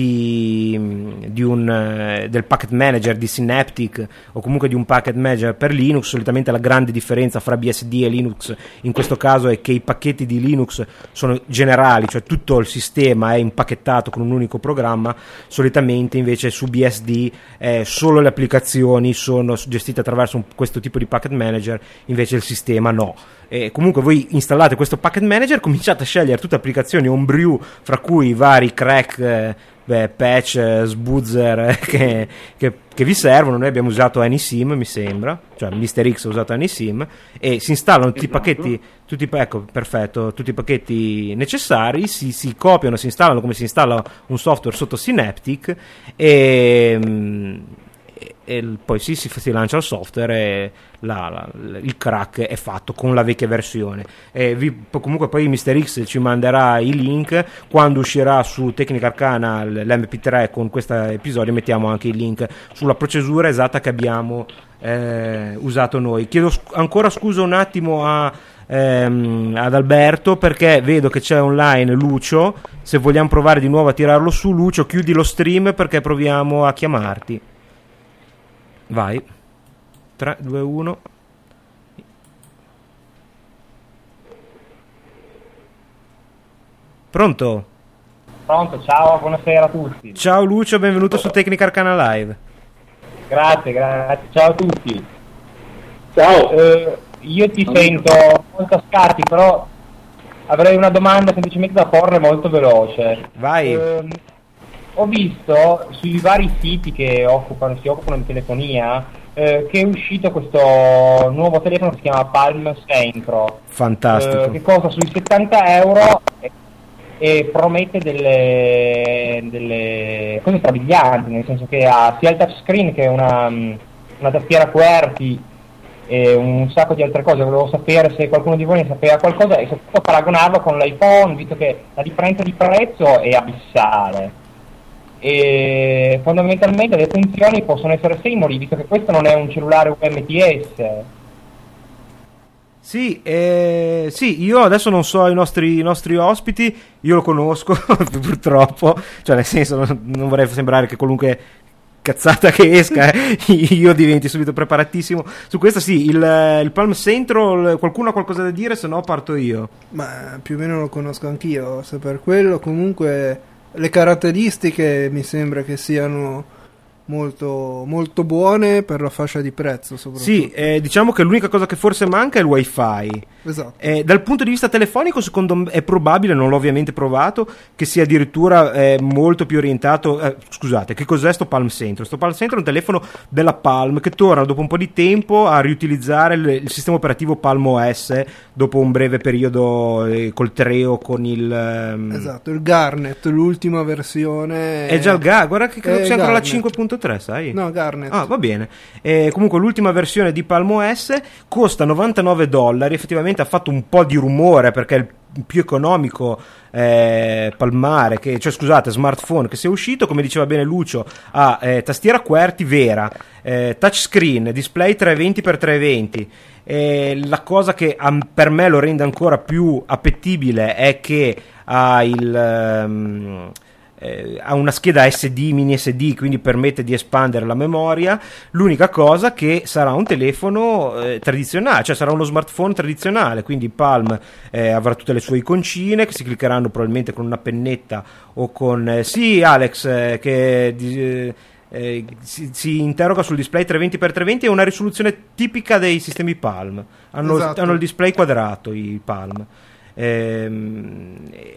di, di un, uh, del packet manager di Synaptic o comunque di un packet manager per Linux. Solitamente la grande differenza fra B S D e Linux in questo caso è che i pacchetti di Linux sono generali, cioè tutto il sistema è impacchettato con un unico programma. Solitamente invece su B S D eh, solo le applicazioni sono gestite attraverso un, questo tipo di packet manager, invece il sistema no. E comunque voi installate questo packet manager, cominciate a scegliere tutte applicazioni homebrew, fra cui i vari crack, eh, beh, patch, eh, sbuzzer eh, che, che, che vi servono. Noi abbiamo usato AnySim, mi sembra, cioè mister X ha usato AnySim, e si installano tutti esatto. i pacchetti, tutti, ecco, perfetto, tutti i pacchetti necessari, si, si copiano, si installano come si installa un software sotto Synaptic e... e, e poi sì, si, si lancia il software e la, la, il crack è fatto con la vecchia versione. E vi, comunque poi mister X ci manderà i link quando uscirà su Tecnica Arcana l'emme pi tre con questo episodio. Mettiamo anche il link sulla procedura esatta che abbiamo eh, usato noi. Chiedo sc- ancora scusa un attimo a ehm, ad Alberto perché vedo che c'è online Lucio. Se vogliamo provare di nuovo a tirarlo su, Lucio, chiudi lo stream perché proviamo a chiamarti. Vai. tre, due, uno. Pronto? Pronto, ciao, buonasera a tutti. Ciao Lucio, benvenuto su Tecnica Arcana Live. Grazie, grazie, ciao a tutti. Ciao. Eh, io ti sento molto a scatti, però avrei una domanda semplicemente da porre molto veloce. Vai. Eh, ho visto sui vari siti che occupano, si occupano di telefonia eh, che è uscito questo nuovo telefono che si chiama Palm Centro. Fantastico. Eh, che costa sui settanta euro e, e promette delle, delle cose strabilianti, nel senso che ha sia il touchscreen che una, una tastiera QWERTY e un sacco di altre cose. Volevo sapere se qualcuno di voi ne sapeva qualcosa e soprattutto paragonarlo con l'iPhone, visto che la differenza di prezzo è abissale. E fondamentalmente le funzioni possono essere simili, visto che questo non è un cellulare U M T S. Sì, eh, sì, io adesso non so i nostri, i nostri ospiti, io lo conosco purtroppo, cioè nel senso non, non vorrei sembrare che qualunque cazzata che esca eh, io diventi subito preparatissimo su questo. Sì, il, il Palm Central, qualcuno ha qualcosa da dire, se no parto io. Ma più o meno lo conosco anch'io, se per quello comunque le caratteristiche mi sembra che siano molto molto buone per la fascia di prezzo soprattutto. Sì, eh, diciamo che l'unica cosa che forse manca è il wifi. Esatto. Eh, dal punto di vista telefonico secondo me è probabile, non l'ho ovviamente provato, che sia addirittura eh, molto più orientato eh, scusate, che cos'è sto Palm Central? Sto Palm Central è un telefono della Palm che torna dopo un po' di tempo a riutilizzare il, il sistema operativo Palm O S dopo un breve periodo eh, col Treo con il ehm... esatto, il Garnet, l'ultima versione è già il Garnet, guarda che credo sia ancora la Garnet. cinque punto tre, sai? No, Garnet. Ah, va bene. Eh, comunque l'ultima versione di Palm O S costa novantanove dollari, effettivamente ha fatto un po' di rumore perché è il più economico eh, palmare, che, cioè scusate, smartphone che sia uscito, come diceva bene Lucio, ha eh, tastiera QWERTY vera, eh, touchscreen, display trecentoventi per trecentoventi. Eh, la cosa che um, per me lo rende ancora più appetibile è che ha il... Um, Eh, ha una scheda S D, mini S D, quindi permette di espandere la memoria. L'unica cosa che sarà un telefono eh, tradizionale, cioè sarà uno smartphone tradizionale, quindi Palm eh, avrà tutte le sue iconcine che si cliccheranno probabilmente con una pennetta o con eh, sì Alex eh, che eh, eh, si, si interroga sul display trecentoventi per trecentoventi. È una risoluzione tipica dei sistemi Palm, hanno, Esatto. hanno il display quadrato i Palm. Ehm,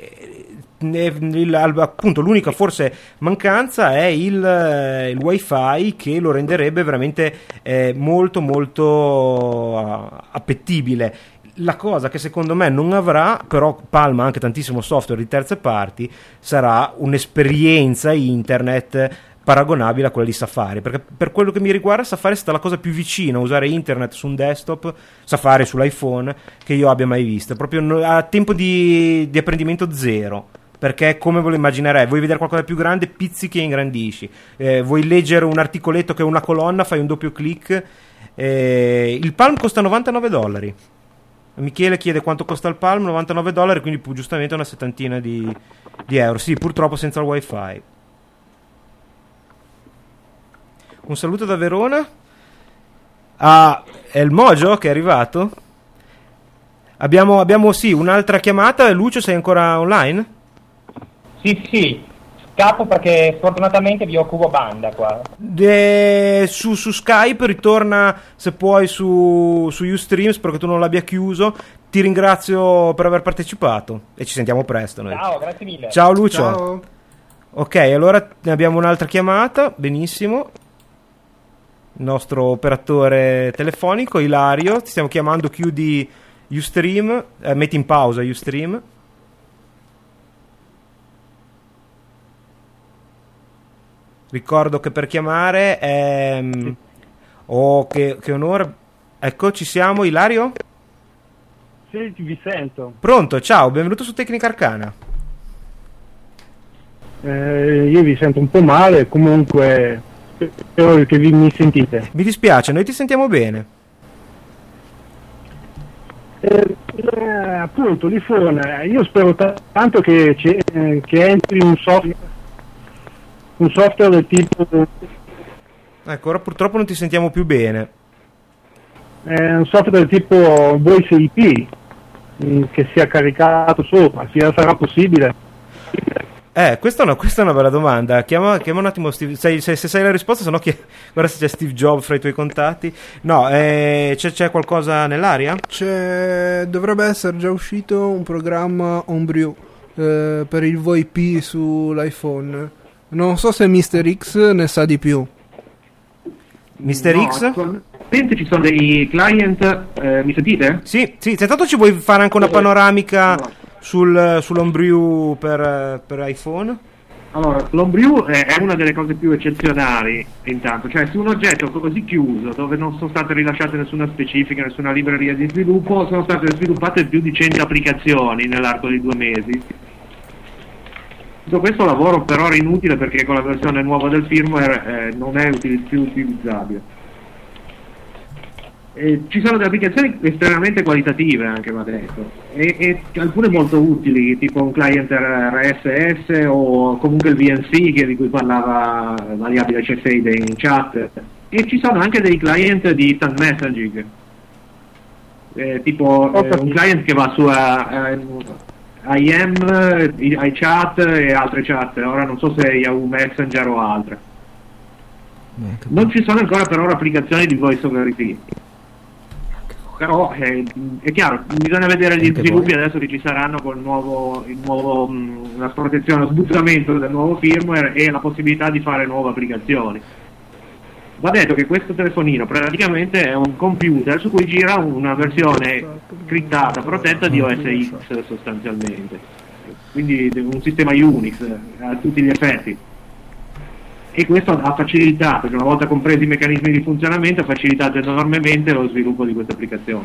il, appunto l'unica forse mancanza è il, il wifi, che lo renderebbe veramente eh, molto molto uh, appetibile. La cosa che secondo me non avrà, però Palm ha anche tantissimo software di terze parti, sarà un'esperienza internet paragonabile a quella di Safari, perché per quello che mi riguarda Safari è stata la cosa più vicina a usare internet su un desktop, Safari sull'iPhone, che io abbia mai visto, proprio a tempo di, di apprendimento zero, perché come ve lo immaginerei, vuoi vedere qualcosa di più grande, pizzichi e ingrandisci, eh, vuoi leggere un articoletto che è una colonna, fai un doppio clic. Eh, il Palm costa novantanove dollari. Michele chiede quanto costa il Palm, novantanove dollari, quindi giustamente una settantina di, di euro, sì, purtroppo senza il wifi. Un saluto da Verona. Ah, è il Mojo che è arrivato? Abbiamo, abbiamo sì, un'altra chiamata. Lucio, sei ancora online? Sì, sì, scappo perché sfortunatamente vi occupo banda qua. De, su, su Skype ritorna se puoi su, su Ustream, spero che tu non l'abbia chiuso. Ti ringrazio per aver partecipato e ci sentiamo presto noi. Ciao, grazie mille. Ciao Lucio. Ciao. Ok, allora ne abbiamo un'altra chiamata, benissimo. Il nostro operatore telefonico Ilario, ti stiamo chiamando, chiudi Ustream, eh, metti in pausa Ustream. Ricordo che per chiamare è... oh, che, che onore. Ecco, ci siamo, Ilario? Sì, vi sento. Pronto, ciao, benvenuto su Tecnica Arcana. Eh, io vi sento un po' male, comunque spero che vi mi sentite. Mi dispiace, noi ti sentiamo bene. Eh, eh, appunto, l'iPhone, io spero t- tanto che, eh, che entri un software, un software del tipo... Ecco, ora purtroppo non ti sentiamo più bene. Eh, un software del tipo Voice I P mh, che sia caricato sopra, sia sarà possibile? Eh, questa è una, questa è una bella domanda. Chiama, chiama un attimo Steve. Se, se, se sai la risposta, se no chi... guarda se c'è Steve Jobs fra i tuoi contatti. No, eh, c'è, c'è qualcosa nell'aria? C'è, dovrebbe essere già uscito un programma Homebrew eh, per il V O I P sull'iPhone. Non so se mister X ne sa di più. mister No, X? attualmente ci sono dei client, eh, mi sentite? Sì, sì, se tanto ci vuoi fare anche una panoramica No. sul, sull'Homebrew per, per iPhone? Allora, l'Homebrew è è una delle cose più eccezionali intanto, cioè su un oggetto così chiuso, dove non sono state rilasciate nessuna specifica, nessuna libreria di sviluppo, sono state sviluppate più di cento applicazioni nell'arco di due mesi. Tutto questo lavoro però era inutile perché con la versione nuova del firmware eh, non è util- più utilizzabile. Eh, ci sono delle applicazioni estremamente qualitative, anche va detto, e, e alcune molto utili, tipo un client R S S o comunque il V N C che, di cui parlava variabile C sei in chat, e ci sono anche dei client di instant messaging, eh, tipo eh, un client che va su uh, I M, iChat e altre chat, ora non so se Yahoo Messenger o altre. Non ci sono ancora per ora applicazioni di voice over I P. Però eh, è chiaro, bisogna vedere gli sviluppi adesso che ci saranno con il nuovo, il nuovo mh, la protezione, lo sbuzzamento del nuovo firmware e la possibilità di fare nuove applicazioni. Va detto che questo telefonino praticamente è un computer su cui gira una versione scriptata, protetta di O S X sostanzialmente, quindi un sistema Unix a tutti gli effetti. E questo ha facilitato, perché una volta compresi i meccanismi di funzionamento, ha facilitato enormemente lo sviluppo di queste applicazioni.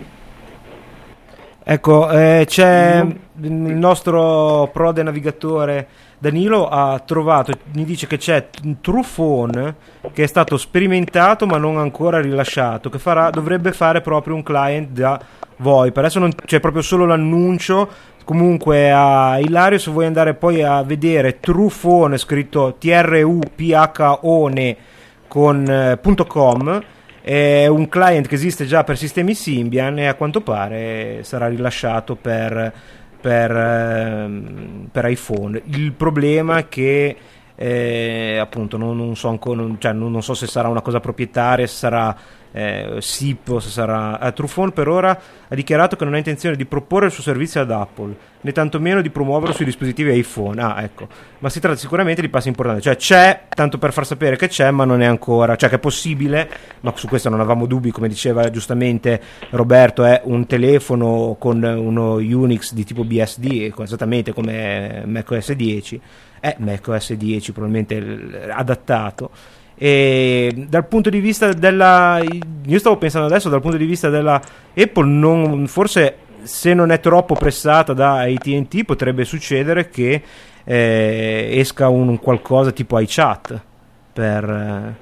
Ecco, eh, c'è il nostro prode navigatore Danilo ha trovato, mi dice che c'è un TruePhone che è stato sperimentato ma non ancora rilasciato, che farà, dovrebbe fare proprio un client da VoIP. Adesso non c'è proprio solo l'annuncio. Comunque a Ilario, se vuoi andare poi a vedere TruePhone, scritto T R U P H O N E con eh, .com, è un client che esiste già per sistemi Symbian e a quanto pare sarà rilasciato per, per, eh, per iPhone. Il problema è che eh, appunto non, non so ancora, non, cioè, non, non so se sarà una cosa proprietaria, se sarà Eh, S I P o se sarà eh, TruePhone per ora ha dichiarato che non ha intenzione di proporre il suo servizio ad Apple, né tantomeno di promuoverlo sui dispositivi iPhone. Ah, ecco, ma si tratta sicuramente di passi importanti, cioè c'è, tanto per far sapere che c'è, ma non è ancora, cioè che è possibile, ma su questo non avevamo dubbi, come diceva giustamente Roberto, è un telefono con uno Unix di tipo B S D, esattamente come macOS dieci, è macOS dieci probabilmente adattato. E dal punto di vista della, io stavo pensando adesso dal punto di vista della Apple, non, forse se non è troppo pressata da A T and T potrebbe succedere che eh, esca un qualcosa tipo iChat per eh,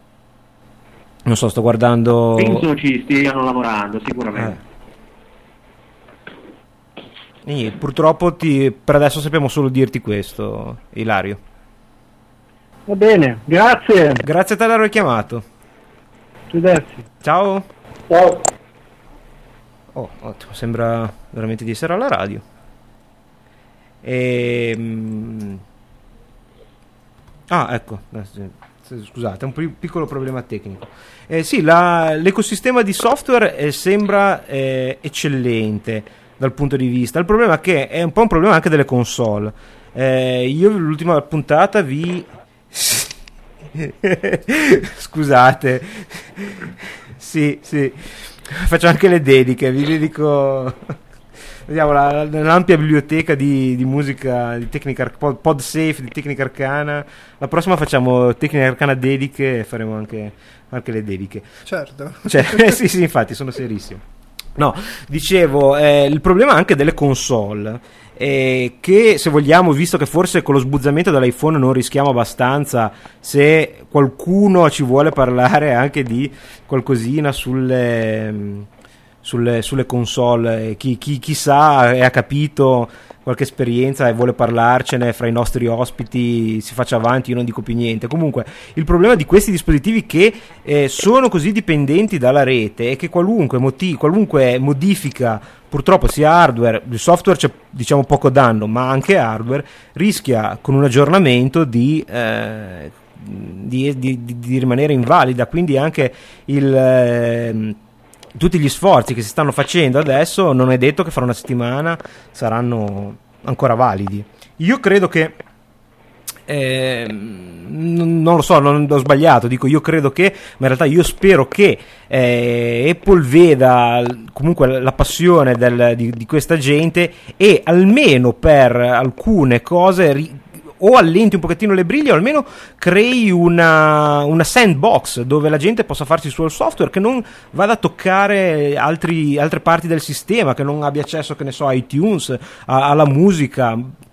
non so, sto guardando, penso ci stiano lavorando sicuramente. eh. E, purtroppo ti, per adesso sappiamo solo dirti questo, Ilario. Va bene, grazie. Grazie a te per aver chiamato. Ciao. Ciao. Oh, ottimo, sembra veramente di essere alla radio. E... Ah, ecco, scusate, un piccolo problema tecnico. Eh, sì, la, l'ecosistema di software eh, sembra eh, eccellente dal punto di vista. Il problema è che è un po' un problema anche delle console. Eh, io l'ultima puntata vi... Scusate, sì, sì, faccio anche le dediche, vi dedico, vediamo la, l'ampia biblioteca di, di musica di Tecnica, pod, PodSafe di Tecnica Arcana. La prossima facciamo Tecnica Arcana dediche e faremo anche, anche le dediche. Certo. Cioè, sì, sì, infatti sono serissimo. No, dicevo, eh, il problema anche delle console. Eh, che se vogliamo, visto che forse con lo sbuzzamento dell'iPhone non rischiamo abbastanza, se qualcuno ci vuole parlare anche di qualcosina sulle, sulle, sulle console, eh, chi, chi, chi sa e ha capito qualche esperienza e vuole parlarcene fra i nostri ospiti, si faccia avanti, io non dico più niente. Comunque il problema di questi dispositivi che eh, sono così dipendenti dalla rete è che qualunque, motiv- qualunque modifica, purtroppo sia hardware, il software c'è diciamo poco danno, ma anche hardware rischia con un aggiornamento di, eh, di, di, di, di rimanere invalida, quindi anche il... Eh, tutti gli sforzi che si stanno facendo adesso non è detto che fra una settimana saranno ancora validi. Io credo che eh, non, non lo so, non ho sbagliato, dico io credo che, ma in realtà io spero che eh, Apple veda comunque la passione del, di, di questa gente e almeno per alcune cose ri- o allenti un pochettino le briglie o almeno crei una, una sandbox dove la gente possa farsi il suo software, che non vada a toccare altri, altre parti del sistema, che non abbia accesso, che ne so, a iTunes, a, alla musica,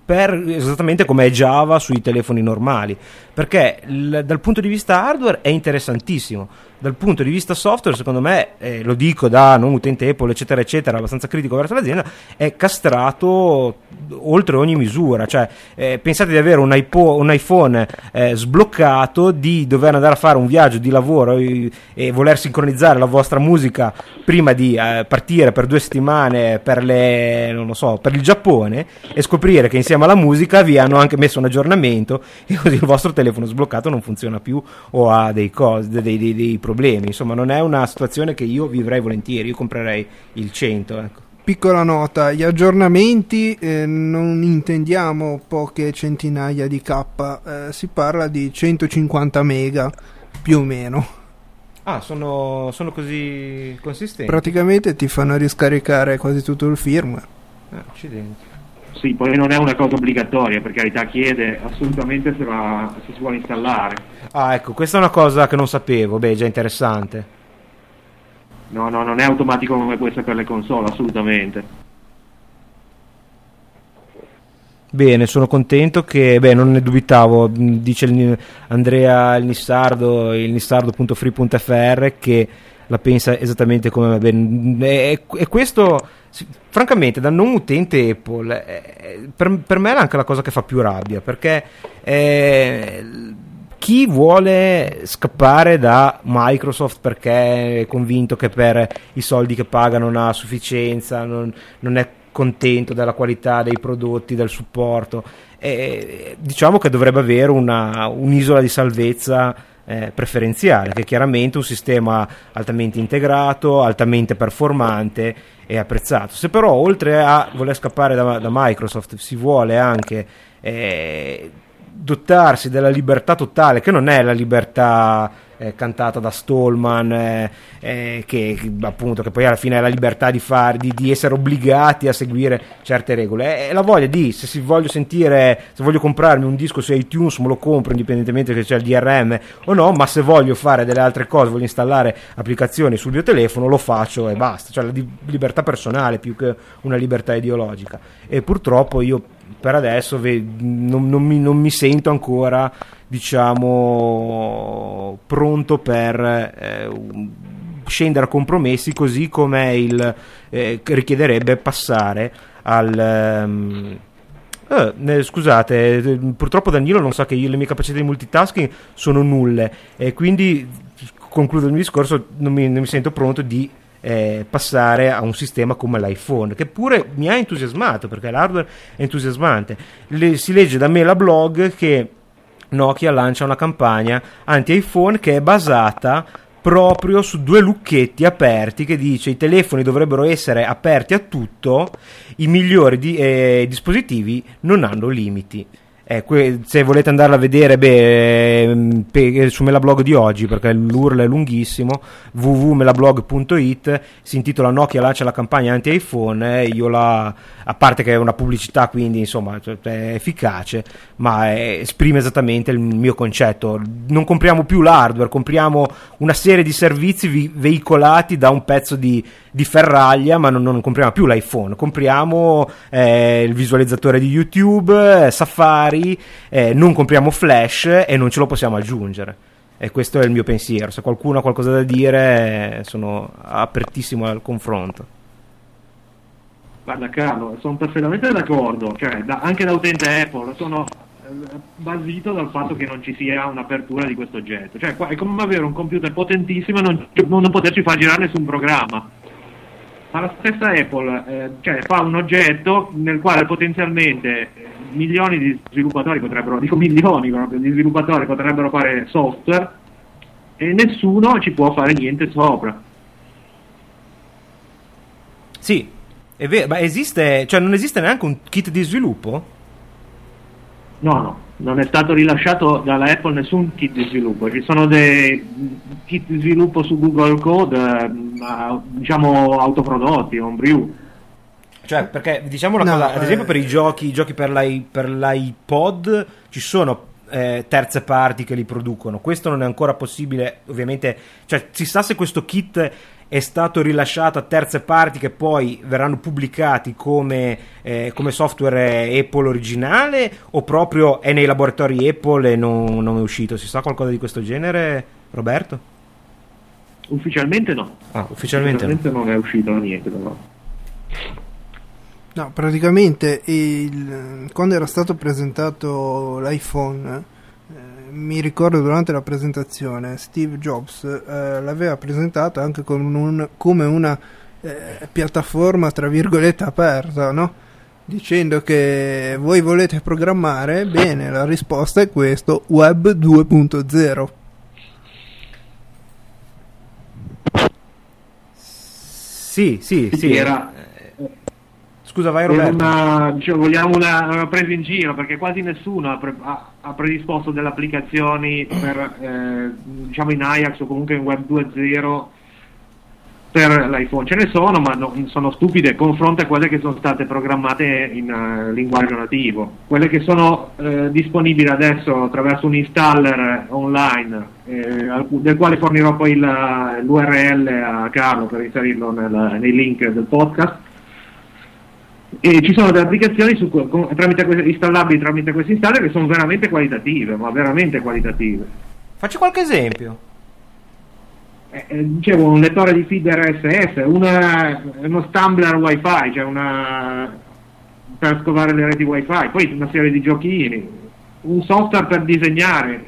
per esattamente come è Java sui telefoni normali, perché l- dal punto di vista hardware è interessantissimo. Dal punto di vista software, secondo me, eh, lo dico da non utente Apple, eccetera, eccetera, abbastanza critico verso l'azienda, è castrato oltre ogni misura. Cioè, eh, pensate di avere un, iPo- un iPhone eh, sbloccato, di dover andare a fare un viaggio di lavoro e, e voler sincronizzare la vostra musica prima di eh, partire per due settimane per le, non lo so, per il Giappone, e scoprire che insieme alla musica vi hanno anche messo un aggiornamento e così il vostro telefono sbloccato non funziona più o ha dei, cos- dei, dei, dei problemi. Insomma, non è una situazione che io vivrei volentieri. Io comprerei il cento, ecco. Piccola nota, gli aggiornamenti eh, non intendiamo poche centinaia di K, eh, si parla di centocinquanta mega più o meno. Ah, sono, sono così consistenti? Praticamente ti fanno riscaricare quasi tutto il firmware. Ah, accidenti. Sì, poi non è una cosa obbligatoria, per carità, chiede assolutamente se, va, se si vuole installare. Ah, ecco, questa è una cosa che non sapevo. Beh, già interessante. No, no, non è automatico come può essere per le console, assolutamente. Bene, sono contento che, beh, non ne dubitavo, dice il, Andrea il Nissardo, il nissardo punto free punto f r, che la pensa esattamente come me. E, e questo, francamente, da non utente Apple, eh, per, per me è anche la cosa che fa più rabbia, perché eh, chi vuole scappare da Microsoft perché è convinto che per i soldi che paga non ha sufficienza, non, non è contento della qualità dei prodotti, del supporto, eh, diciamo che dovrebbe avere una, un'isola di salvezza eh, preferenziale, che è chiaramente un sistema altamente integrato, altamente performante e apprezzato. Se però oltre a voler scappare da, da Microsoft si vuole anche eh, dotarsi della libertà totale, che non è la libertà eh, cantata da Stallman, eh, eh, che, che appunto che poi alla fine è la libertà di fare, di, di essere obbligati a seguire certe regole, è la voglia di, se si voglio sentire, se voglio comprarmi un disco su iTunes me lo compro indipendentemente che c'è il D R M o no, ma se voglio fare delle altre cose, voglio installare applicazioni sul mio telefono, lo faccio e basta. Cioè la di- libertà personale più che una libertà ideologica. E purtroppo io per adesso ve- non, non, mi, non mi sento ancora, diciamo, pronto per eh, scendere a compromessi, così come il eh, richiederebbe passare al um, eh, scusate, purtroppo Danilo non sa che io, le mie capacità di multitasking sono nulle, e quindi concludo il mio discorso, non mi, non mi sento pronto di Eh, passare a un sistema come l'iPhone, che pure mi ha entusiasmato perché l'hardware è entusiasmante. Le, si legge da me la blog che Nokia lancia una campagna anti-iPhone che è basata proprio su due lucchetti aperti, che dice: i telefoni dovrebbero essere aperti a tutto, i migliori di, eh, dispositivi non hanno limiti. Eh, que- se volete andarla a vedere, beh, pe- su Melablog di oggi, perché l'U R L è lunghissimo, w w w punto melablog punto i t, si intitola Nokia lancia la campagna anti-iPhone. Io la, a parte che è una pubblicità, quindi insomma è efficace, ma è, esprime esattamente il mio concetto. Non compriamo più l'hardware, compriamo una serie di servizi vi- veicolati da un pezzo di, di ferraglia, ma non, non compriamo più l'iPhone, compriamo eh, il visualizzatore di YouTube, eh, Safari, Eh, non compriamo Flash e non ce lo possiamo aggiungere. E questo è il mio pensiero. Se qualcuno ha qualcosa da dire, eh, sono apertissimo al confronto. Guarda Carlo, sono perfettamente d'accordo, cioè, da, anche da utente Apple sono eh, basito dal fatto che non ci sia un'apertura di questo oggetto. Cioè, qua è come avere un computer potentissimo e non, non poterci far girare nessun programma. Ma la stessa Apple eh, cioè, fa un oggetto nel quale potenzialmente eh, milioni di sviluppatori potrebbero, dico milioni proprio, di sviluppatori potrebbero fare software e nessuno ci può fare niente sopra. Sì, è vero, ma esiste, cioè non esiste neanche un kit di sviluppo? No, no, non è stato rilasciato dalla Apple nessun kit di sviluppo. Ci sono dei kit di sviluppo su Google Code, eh, diciamo autoprodotti, homebrew. Cioè, perché diciamo una No, cosa, ad eh. esempio per i giochi, i giochi per, l'i, per l'iPod ci sono eh, terze parti che li producono. Questo non è ancora possibile, ovviamente, cioè si sa se questo kit è stato rilasciato a terze parti che poi verranno pubblicati come, eh, come software Apple originale, o proprio è nei laboratori Apple e non, non è uscito? Si sa qualcosa di questo genere, Roberto? Ufficialmente no. Ah, ufficialmente, ufficialmente no. non è uscito niente, no. No, praticamente il, quando era stato presentato l'iPhone, mi ricordo durante la presentazione Steve Jobs eh, l'aveva presentato anche con un, come una eh, piattaforma tra virgolette aperta, no? Dicendo che voi volete programmare, bene, la risposta è questo, Web due punto zero. Sì, sì, sì. Era... Scusa, vai Roberto. Una, diciamo, vogliamo una, una presa in giro, perché quasi nessuno ha, pre, ha, ha predisposto delle applicazioni per, eh, diciamo in Ajax o comunque in Web due punto zero per l'iPhone. Ce ne sono, ma no, sono stupide confronto a quelle che sono state programmate in uh, linguaggio nativo. Quelle che sono eh, disponibili adesso attraverso un installer online, eh, del quale fornirò poi il, l'U R L a Carlo per inserirlo nel, nei link del podcast. E ci sono delle applicazioni su, con, tramite, installabili tramite questo installer che sono veramente qualitative, ma veramente qualitative. Faccio qualche esempio. Eh, eh, dicevo, un lettore di feed R S S, una, uno Stumbler Wi-Fi, cioè una per scovare le reti Wi-Fi, poi una serie di giochini, un software per disegnare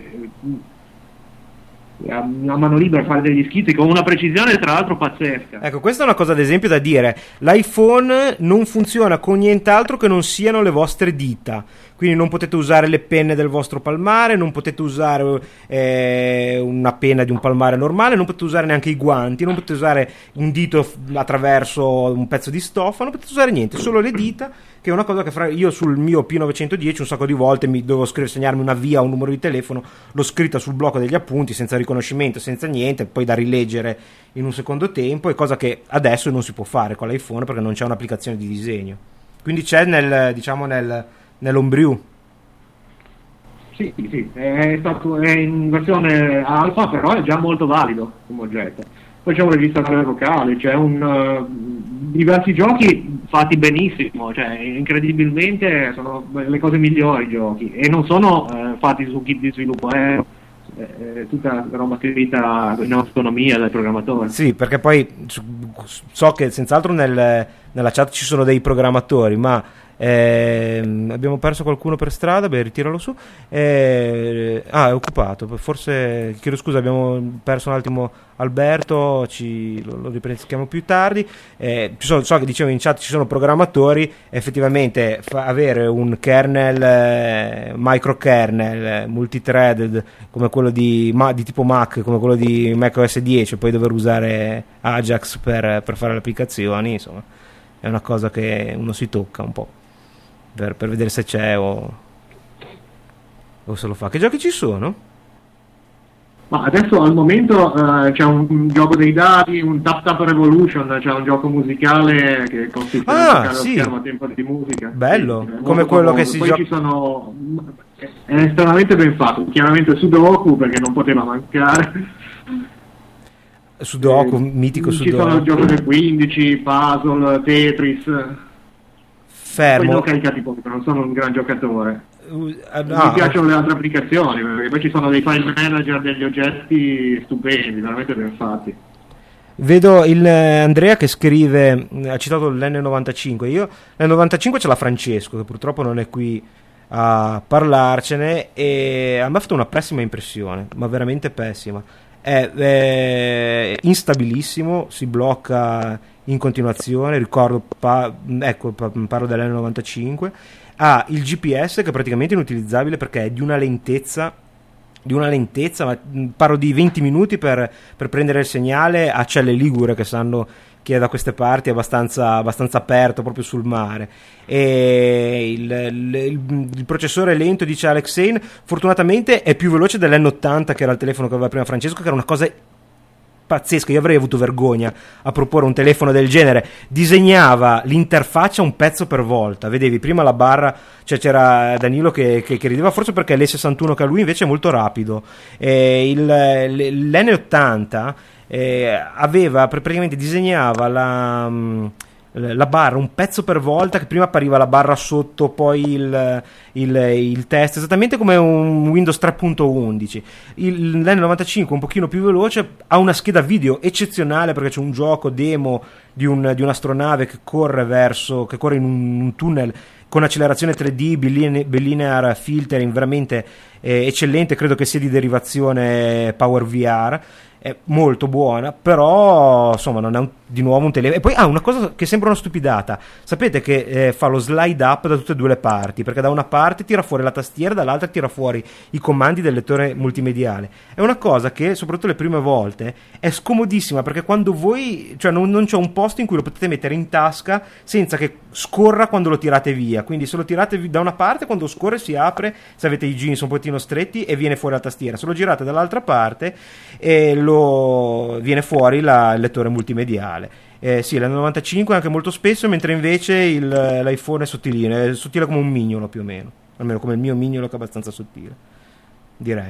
a mano libera, fare degli schizzi con una precisione tra l'altro pazzesca. Ecco, questa è una cosa ad esempio da dire. L'iPhone non funziona con nient'altro che non siano le vostre dita, quindi non potete usare le penne del vostro palmare, non potete usare eh, una penna di un palmare normale, non potete usare neanche i guanti, non potete usare un dito f- attraverso un pezzo di stoffa, non potete usare niente, solo le dita, che è una cosa che fra io sul mio P novecentodieci un sacco di volte mi dovevo scrivere, segnarmi una via o un numero di telefono, l'ho scritta sul blocco degli appunti senza riconoscimento, senza niente, poi da rileggere in un secondo tempo, è cosa che adesso non si può fare con l'iPhone perché non c'è un'applicazione di disegno. Quindi c'è nel, diciamo nel, nell'Homebrew. Sì, sì, è stato è in versione alfa, però è già molto valido come oggetto. Poi c'è un registratore vocale, c'è un uh, diversi giochi fatti benissimo, cioè incredibilmente sono le cose migliori i giochi, e non sono uh, fatti su kit di sviluppo, è, è tutta roba scritta in autonomia del programmatore. Sì, perché poi so che senz'altro nel, nella chat ci sono dei programmatori, ma Eh, abbiamo perso qualcuno per strada, beh, ritiralo su. Eh, ah, è occupato. Forse, chiedo scusa, abbiamo perso un attimo Alberto. Ci, lo, lo riprendiamo più tardi. Eh, ci sono, so che dicevo in chat ci sono programmatori. Effettivamente, fa, avere un kernel, eh, microkernel, eh, multithreaded come quello di, ma, di tipo Mac, come quello di macOS dieci, e poi dover usare Ajax per, per fare le applicazioni, insomma, è una cosa che uno si tocca un po'. Per, per vedere se c'è o, o se lo fa. Che giochi ci sono? Ma adesso al momento uh, c'è un, un gioco dei dadi, un Tap Tap Revolution, c'è un gioco musicale che consiste ah, in giocare sì. lo schermo a tempo di musica. Bello, sì, come quello famoso. che si Poi gioca. Ci sono, è estremamente ben fatto, chiaramente Sudoku perché non poteva mancare. Sudoku, eh, mitico ci Sudoku. Ci sono il gioco del quindici, Puzzle, Tetris. Fermo. Poi l'ho caricati poco, non sono un gran giocatore. Uh, ah, no. Mi piacciono le altre applicazioni, perché poi ci sono dei file manager degli oggetti stupendi, veramente ben fatti. Vedo il eh, Andrea che scrive, ha citato l'N novantacinque. Io l'N novantacinque ce l'ha Francesco, che purtroppo non è qui a parlarcene, e a me ha fatto una pessima impressione, ma veramente pessima. È, è instabilissimo, si blocca in continuazione. Ricordo, pa- ecco, pa- parlo dell'N novantacinque. Ha il G P S che è praticamente inutilizzabile perché è di una lentezza, di una lentezza, ma parlo di venti minuti per, per prendere il segnale a Celle Ligure, che sanno che da queste parti è abbastanza, abbastanza aperto proprio sul mare. E il, il, il, il processore lento, dice Alex Sane, fortunatamente è più veloce dell'N ottanta, che era il telefono che aveva prima Francesco, che era una cosa pazzesca, io avrei avuto vergogna a proporre un telefono del genere. Disegnava l'interfaccia un pezzo per volta, vedevi prima la barra, cioè c'era Danilo che, che, che rideva forse perché l'E sessantuno che ha lui invece è molto rapido, e il, l'N ottanta eh, aveva praticamente disegnava la la barra un pezzo per volta, che prima appariva la barra sotto, poi il, il, il testo, esattamente come un Windows tre punto undici. Il, l'N novantacinque un pochino più veloce, ha una scheda video eccezionale perché c'è un gioco demo di, un, di un'astronave che corre verso che corre in un, un tunnel con accelerazione tre D, billine, bilinear filtering, veramente eh, eccellente, credo che sia di derivazione Power V R. È molto buona, però insomma non è un, di nuovo un telefono. E poi ha ah, una cosa che sembra una stupidata, sapete che eh, fa lo slide up da tutte e due le parti, perché da una parte tira fuori la tastiera, dall'altra tira fuori i comandi del lettore multimediale. È una cosa che soprattutto le prime volte è scomodissima, perché quando voi, cioè non, non c'è un posto in cui lo potete mettere in tasca senza che scorra quando lo tirate via, quindi se lo tirate da una parte, quando scorre si apre, se avete i jeans un pochettino stretti, e viene fuori la tastiera. Se lo girate dall'altra parte e lo viene fuori la, il lettore multimediale. Eh, sì, la novantacinque anche molto spesso, mentre invece il, l'iPhone è sottilino, è sottile come un mignolo più o meno, almeno come il mio mignolo che è abbastanza sottile, direi.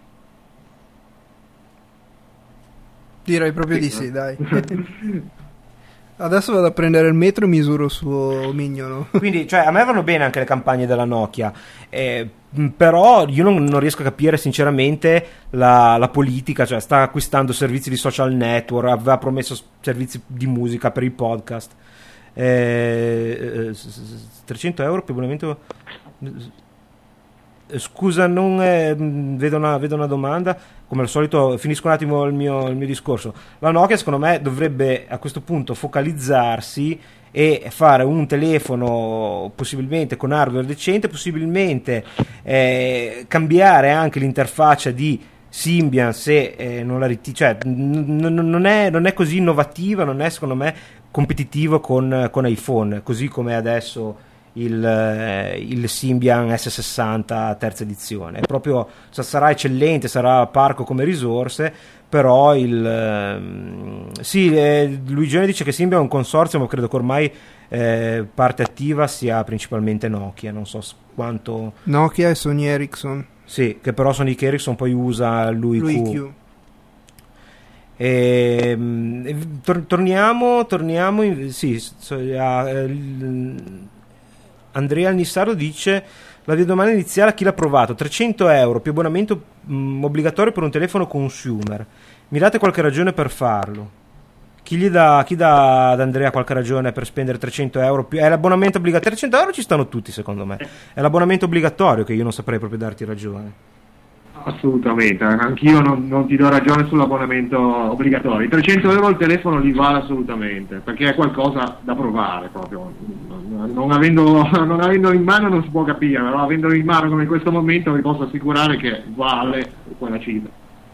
Direi proprio sì, di sì, dai. Adesso vado a prendere il metro e misuro il suo mignolo. Quindi, cioè, a me vanno bene anche le campagne della Nokia, eh, però io non, non riesco a capire sinceramente la, la politica, cioè sta acquistando servizi di social network, aveva promesso servizi di musica per i podcast, eh, trecento euro per abbonamento. Scusa, non è, vedo, una, vedo una domanda, come al solito finisco un attimo il mio, il mio discorso. La Nokia secondo me dovrebbe a questo punto focalizzarsi e fare un telefono possibilmente con hardware decente, possibilmente eh, cambiare anche l'interfaccia di Symbian se eh, non la rit- cioè, n- n- non, è, non è così innovativa, non è secondo me competitivo con, con iPhone, così come adesso il, eh, il Symbian S sessanta terza edizione. È proprio, sarà eccellente, sarà parco come risorse, però il ehm, sì, eh, Luigione dice che Symbian è un consorzio, ma credo che ormai eh, parte attiva sia principalmente Nokia, non so quanto Nokia e Sony Ericsson. Sì, che però Sony Ericsson poi usa l'U I Q. E, tor- torniamo torniamo in, sì, so, a, eh, Andrea Nissaro dice: la via domanda iniziale a chi l'ha provato, trecento euro più abbonamento mh, obbligatorio per un telefono consumer, mi date qualche ragione per farlo? Chi gli dà, chi dà ad Andrea qualche ragione per spendere trecento euro più? È l'abbonamento obbligatorio, trecento euro ci stanno tutti secondo me, è l'abbonamento obbligatorio che io non saprei proprio darti ragione. Assolutamente, anch'io non, non ti do ragione sull'abbonamento obbligatorio. I trecento euro il telefono li vale assolutamente, perché è qualcosa da provare proprio. Non, non, avendo, non avendolo in mano non si può capire, però avendolo in mano come in questo momento vi posso assicurare che vale quella cifra.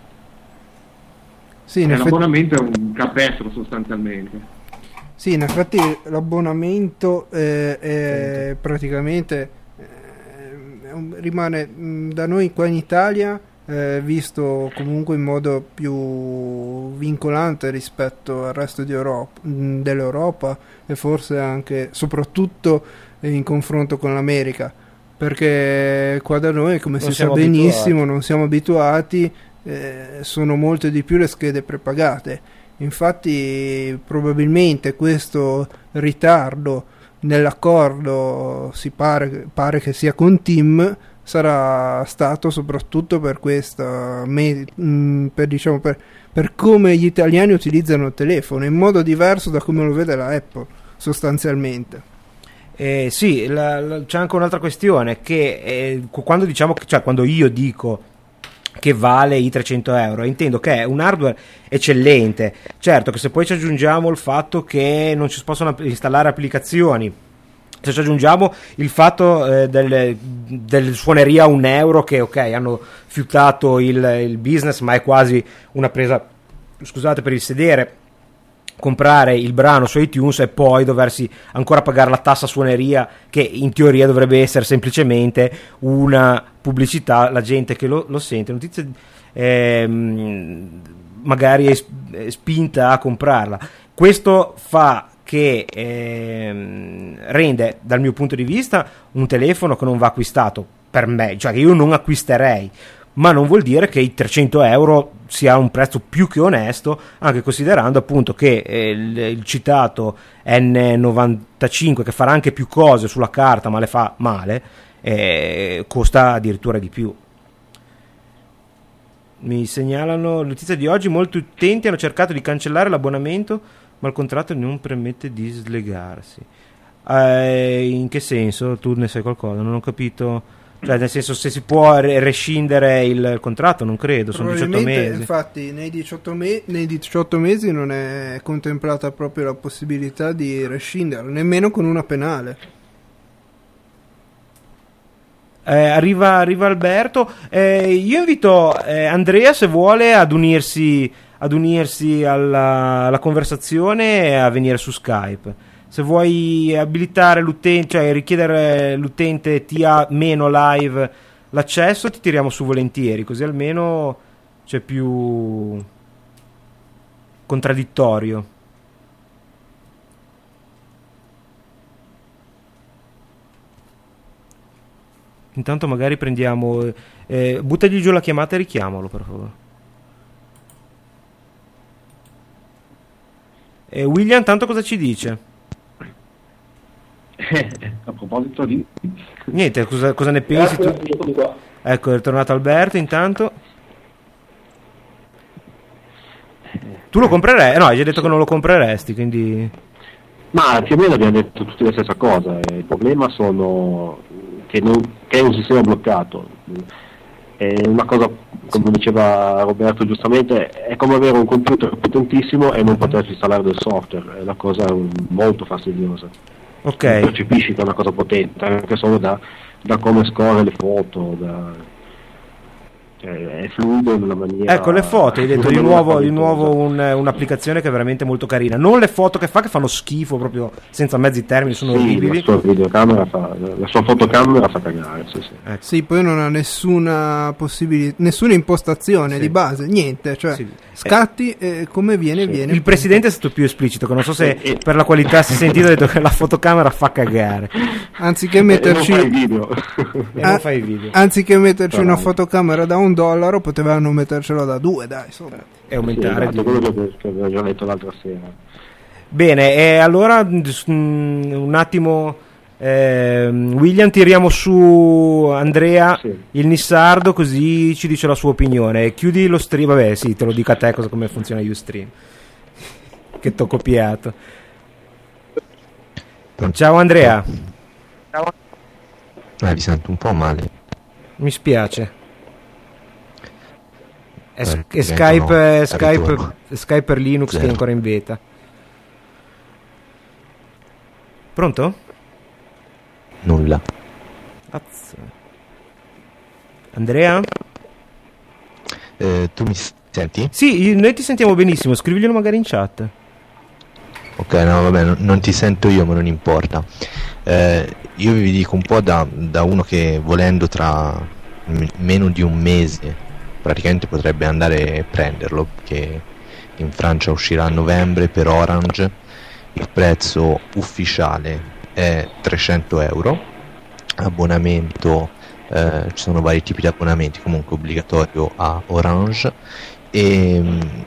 Sì, in effetti... L'abbonamento è un capestro sostanzialmente. Sì, in effetti l'abbonamento eh, è praticamente... rimane da noi qua in Italia eh, visto comunque in modo più vincolante rispetto al resto di Europa, dell'Europa, e forse anche soprattutto in confronto con l'America, perché qua da noi, come non si sa benissimo, abituati. non siamo abituati, eh, sono molte di più le schede prepagate. Infatti probabilmente questo ritardo nell'accordo, si pare, pare che sia con Tim, sarà stato soprattutto per questa me, mh, per, diciamo, per, per come gli italiani utilizzano il telefono in modo diverso da come lo vede la Apple sostanzialmente. Eh, sì, la, la, c'è anche un'altra questione che eh, quando diciamo, cioè quando io dico che vale i trecento euro, intendo che è un hardware eccellente. Certo che se poi ci aggiungiamo il fatto che non ci si possono installare applicazioni, se ci aggiungiamo il fatto eh, del, del suoneria a un euro, che ok, hanno fiutato il, il business, ma è quasi una presa, scusate per il sedere, comprare il brano su iTunes e poi doversi ancora pagare la tassa suoneria, che in teoria dovrebbe essere semplicemente una pubblicità, la gente che lo, lo sente. Notizie, ehm, magari è spinta a comprarla. Questo fa che ehm, rende, dal mio punto di vista, un telefono che non va acquistato per me, cioè che io non acquisterei, ma non vuol dire che i trecento euro sia un prezzo più che onesto, anche considerando appunto che eh, il, il citato N novantacinque, che farà anche più cose sulla carta ma le fa male, eh, costa addirittura di più. Mi segnalano notizia di oggi: molti utenti hanno cercato di cancellare l'abbonamento ma il contratto non permette di slegarsi. Eh, in che senso? Tu ne sai qualcosa? Non ho capito. Cioè, nel senso, se si può re- rescindere il contratto, non credo, sono diciotto mesi. Infatti nei diciotto, me- nei diciotto mesi non è contemplata proprio la possibilità di rescinderlo, nemmeno con una penale. Eh, arriva, arriva Alberto. Eh, io invito eh, Andrea, se vuole, ad unirsi, ad unirsi alla, alla conversazione e a venire su Skype. Se vuoi abilitare l'utente, cioè richiedere l'utente T A meno live l'accesso, ti tiriamo su volentieri, così almeno c'è più contraddittorio. Intanto magari prendiamo eh, buttagli giù la chiamata e richiamalo, per favore. E William, tanto cosa ci dice? A proposito di niente, cosa, cosa ne pensi tu? Ecco, è tornato Alberto. Intanto tu lo compreresti? No, hai già detto che non lo compreresti, quindi ma più o meno abbiamo detto tutti la stessa cosa. Il problema sono che, non, che è un sistema bloccato. È una cosa, come diceva Roberto giustamente, è come avere un computer potentissimo e non poterci installare del software. È una cosa molto fastidiosa. Ok. Percepisci che è una cosa potente, anche solo da, da come scorre le foto, da, cioè, è fluido in una maniera. Ecco, le foto, hai detto di nuovo, di nuovo un, un'applicazione che è veramente molto carina. Non le foto che fa, che fanno schifo proprio senza mezzi termini, sono sì, orribili. La sua videocamera fa, la sua fotocamera fa cagare. Sì, sì. Ecco. Sì, poi non ha nessuna possibilità, nessuna impostazione sì. di base, niente, cioè sì. scatti e come viene sì. viene. Il presidente è stato più esplicito, che non so se sì. per la qualità si è sentito, ha detto che la fotocamera fa cagare. Anziché metterci e non fai video. e non fai video. Anziché metterci Però una fotocamera da un dollaro, potevano mettercelo da due, dai, insomma. E aumentare sì, esatto, quello che avevo già detto l'altra sera. Bene, e allora un attimo eh, William, tiriamo su Andrea sì. il Nissardo, così ci dice la sua opinione. Chiudi lo stream, vabbè sì, te lo dico a te cosa, come funziona Ustream che t'ho copiato. Ciao Andrea. Ciao. Eh, vi sento un po' male. Mi spiace. È, eh, è Skype, è Skype, è Skype per Linux Zero. Che è ancora in beta. Pronto? Nulla. Azz. Andrea? Eh, tu mi senti? Sì, noi ti sentiamo benissimo, scriviglielo magari in chat. Ok, no, vabbè, non, non ti sento io, ma non importa. Eh, io vi dico un po' da, da uno che volendo tra m- meno di un mese praticamente potrebbe andare a prenderlo, perché in Francia uscirà a novembre per Orange. Il prezzo ufficiale è trecento euro, abbonamento, eh, ci sono vari tipi di abbonamenti, comunque obbligatorio a Orange, e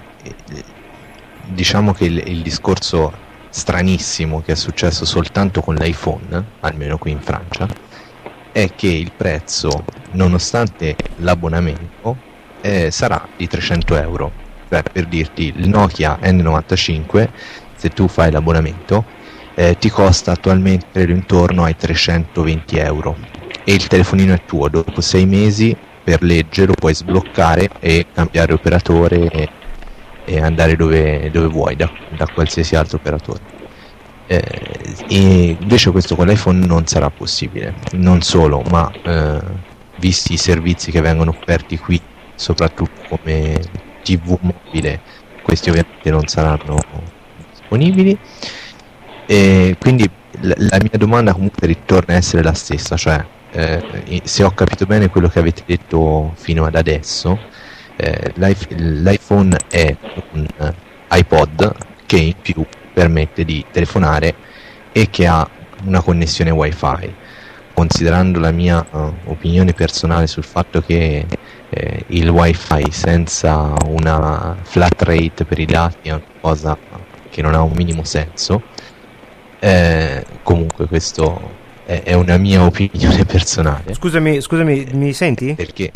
diciamo che il, il discorso stranissimo che è successo soltanto con l'iPhone, almeno qui in Francia, è che il prezzo, nonostante l'abbonamento, eh, sarà di trecento euro. Beh, per dirti, il Nokia N novantacinque, se tu fai l'abbonamento, eh, ti costa attualmente credo intorno ai trecentoventi euro, e il telefonino è tuo. Dopo sei mesi per legge lo puoi sbloccare e cambiare operatore e, e andare dove, dove vuoi, da, da qualsiasi altro operatore. Eh, e invece questo con l'iPhone non sarà possibile. Non solo, ma eh, visti i servizi che vengono offerti qui, soprattutto come tivù mobile, questi ovviamente non saranno disponibili, e quindi la, la mia domanda comunque ritorna a essere la stessa, cioè eh, se ho capito bene quello che avete detto fino ad adesso, eh, l'i- l'iPhone è un iPod che in più permette di telefonare e che ha una connessione wifi. Considerando la mia uh, opinione personale sul fatto che eh, il wifi senza una flat rate per i dati è una cosa che non ha un minimo senso, eh, comunque questo è, è una mia opinione personale. Scusami, scusami, mi senti? Perché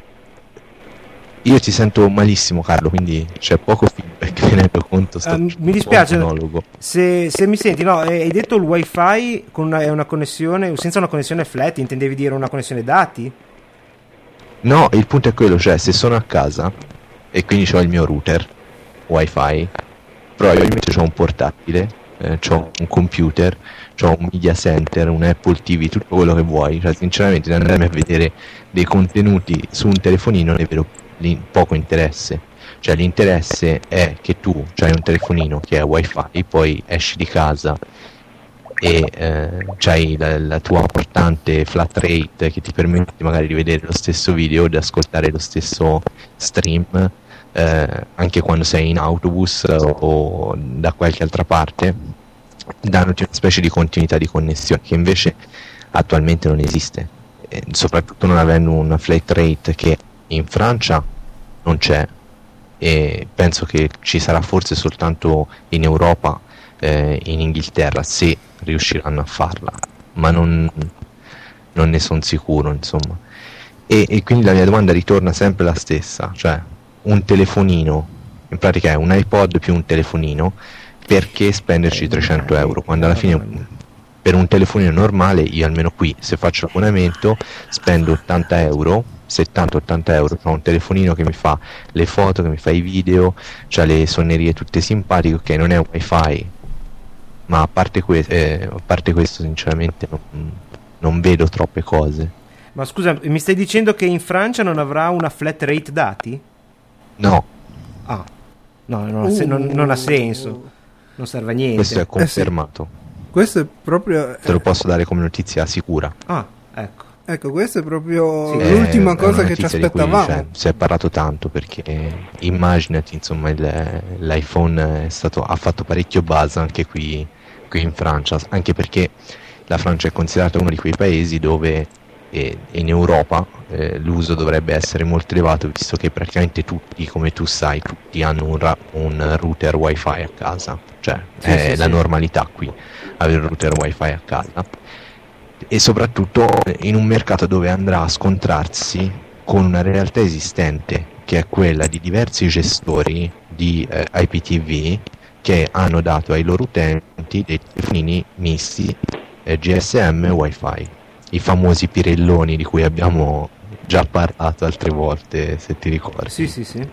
io ti sento malissimo, Carlo, quindi c'è poco feedback, me ne rendo conto. Sto Uh, mi dispiace, monologo. se, se mi senti, no, hai detto il wifi con una, è una connessione, senza una connessione flat, intendevi dire una connessione dati? No, il punto è quello, cioè se sono a casa e quindi ho il mio router wifi, probabilmente ho un portatile, eh, ho un computer, ho un media center, un Apple T V, tutto quello che vuoi, cioè sinceramente di andarmi a vedere dei contenuti su un telefonino ne vedo lì poco interesse. Cioè l'interesse è che tu hai un telefonino che è wifi, poi esci di casa e eh, c'hai la, la tua importante flat rate che ti permette magari di vedere lo stesso video, di ascoltare lo stesso stream eh, anche quando sei in autobus o, o da qualche altra parte, dandoti una specie di continuità di connessione che invece attualmente non esiste, eh, soprattutto non avendo una flat rate che in Francia non c'è e penso che ci sarà forse soltanto in Europa, eh, in Inghilterra, se riusciranno a farla, ma non, non ne sono sicuro, insomma. E, e quindi la mia domanda ritorna sempre la stessa, cioè un telefonino, in pratica è un iPod più un telefonino, perché spenderci trecento euro quando alla fine per un telefonino normale, io almeno qui se faccio l'abbonamento spendo ottanta euro, settanta ottanta euro, ho un telefonino che mi fa le foto, che mi fa i video, c'ha le sonnerie tutte simpatiche, che non è wifi, ma a parte, que- eh, a parte questo sinceramente non, non vedo troppe cose. Ma scusa, mi stai dicendo che in Francia non avrà una flat rate dati? No. Ah, no, non, ha, se- non, non ha senso, non serve a niente. Questo è confermato. Eh sì. Questo è proprio... Te lo posso dare come notizia sicura. Ah, ecco. Ecco, questa è proprio Sì, l'ultima è cosa una che ci notizia di cui, aspettavamo. cioè, si è parlato tanto perché immaginati, insomma, il, l'iPhone è stato, ha fatto parecchio buzz anche qui, qui in Francia, anche perché la Francia è considerata uno di quei paesi dove eh, in Europa eh, l'uso dovrebbe essere molto elevato, visto che praticamente tutti, come tu sai, tutti hanno un, ra- un router wifi a casa, cioè Sì, è sì, la sì. normalità qui avere un router wifi a casa, e soprattutto in un mercato dove andrà a scontrarsi con una realtà esistente che è quella di diversi gestori di eh, I P T V che hanno dato ai loro utenti dei telefonini misti eh, G S M e Wi-Fi, i famosi pirelloni di cui abbiamo già parlato altre volte, se ti ricordi. Sì, sì, sì.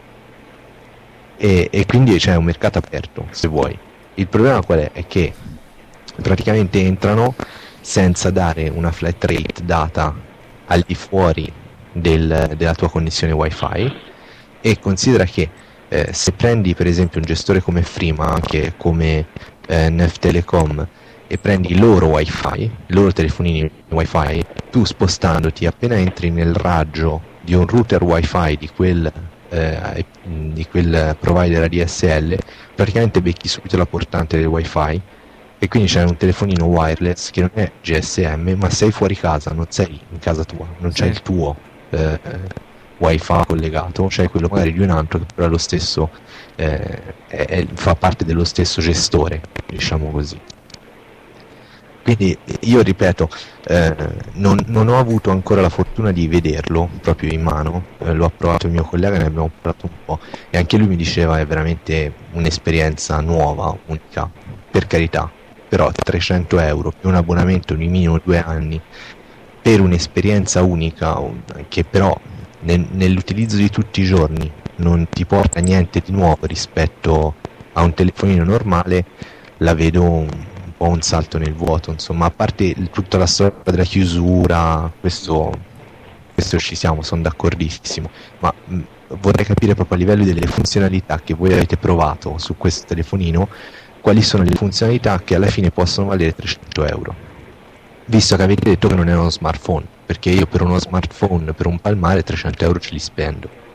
E, e quindi c'è un mercato aperto, se vuoi. Il problema qual è? È che praticamente entrano senza dare una flat rate data al di fuori del, della tua connessione wifi, e considera che eh, se prendi per esempio un gestore come Frima, anche come eh, Nef Telecom, e prendi i loro wifi, i loro telefonini wifi, tu spostandoti appena entri nel raggio di un router wifi di quel, eh, di quel provider A D S L, praticamente becchi subito la portante del wifi, e quindi c'è un telefonino wireless che non è G S M, ma sei fuori casa, non sei in casa tua, non c'è Sì. il tuo eh, wifi collegato, c'è quello magari di un altro che però è lo stesso, eh, è- è- fa parte dello stesso gestore, diciamo così. Quindi io ripeto, eh, non, non ho avuto ancora la fortuna di vederlo proprio in mano, eh, l'ho provato il mio collega, ne abbiamo parlato un po', e anche lui mi diceva è veramente un'esperienza nuova, unica, per carità, però trecento euro più un abbonamento di minimo due anni per un'esperienza unica, un- che però nel- nell'utilizzo di tutti i giorni non ti porta niente di nuovo rispetto a un telefonino normale, la vedo un, un po' un salto nel vuoto, insomma, a parte il- tutta la storia della chiusura, questo, questo ci siamo, sono d'accordissimo, ma mh, vorrei capire proprio a livello delle funzionalità che voi avete provato su questo telefonino, quali sono le funzionalità che alla fine possono valere trecento euro, visto che avete detto che non è uno smartphone, perché io per uno smartphone, per un palmare, trecento euro ce li spendo.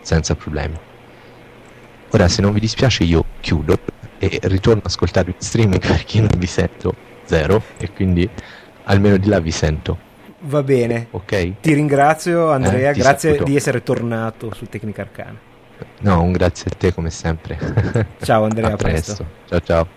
senza problemi. Ora, se non vi dispiace, io chiudo e ritorno ad ascoltarvi in streaming perché non vi sento zero, e quindi almeno di là vi sento. Va bene, ok. Ti ringrazio, Andrea, eh, ti grazie saluto. di essere tornato su Tecnica Arcana. No, un grazie a te come sempre. Ciao Andrea, a presto. Ciao ciao.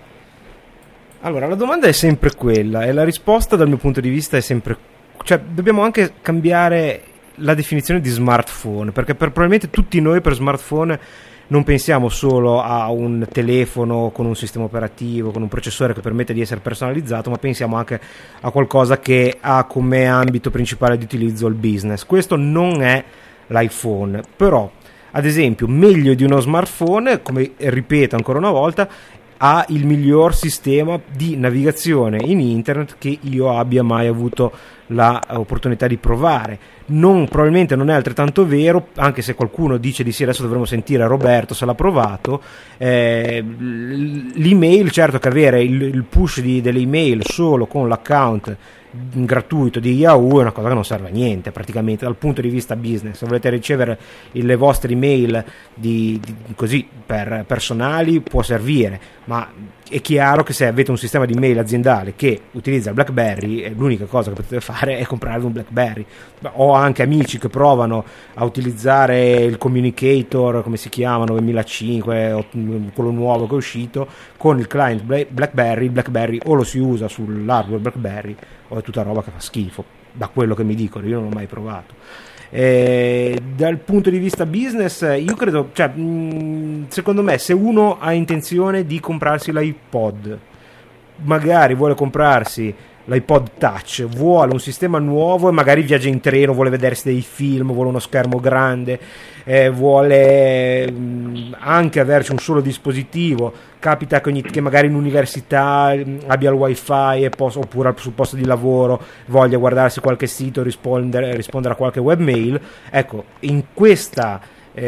Allora, la domanda è sempre quella e la risposta dal mio punto di vista è sempre, cioè dobbiamo anche cambiare la definizione di smartphone, perché per, probabilmente tutti noi per smartphone non pensiamo solo a un telefono con un sistema operativo, con un processore che permette di essere personalizzato, ma pensiamo anche a qualcosa che ha come ambito principale di utilizzo il business. Questo non è l'iPhone, però ad esempio meglio di uno smartphone, come ripeto ancora una volta, ha il miglior sistema di navigazione in internet che io abbia mai avuto l'opportunità di provare. Non, probabilmente non è altrettanto vero, anche se qualcuno dice di sì, adesso dovremo sentire Roberto se l'ha provato. Eh, l'email, certo che avere il, il push di, delle email solo con l'account gratuito di Yahoo è una cosa che non serve a niente praticamente dal punto di vista business. Se volete ricevere le vostre email di, di, così per personali può servire, ma è chiaro che se avete un sistema di mail aziendale che utilizza il BlackBerry, l'unica cosa che potete fare è comprarvi un BlackBerry. Ho anche amici che provano a utilizzare il Communicator, come si chiama, novantacinque, o quello nuovo che è uscito, con il client BlackBerry. Il BlackBerry o lo si usa sull'hardware BlackBerry o è tutta roba che fa schifo, da quello che mi dicono, io non l'ho mai provato. Eh, dal punto di vista business io credo, cioè, mh, secondo me se uno ha intenzione di comprarsi l'iPod, magari vuole comprarsi l'iPod Touch, vuole un sistema nuovo e magari viaggia in treno, vuole vedersi dei film, vuole uno schermo grande, eh, vuole mh, anche averci un solo dispositivo, capita che, ogni, che magari in università mh, abbia il wifi e posso, oppure sul posto di lavoro voglia guardarsi qualche sito, rispondere, rispondere a qualche webmail. Ecco, in questa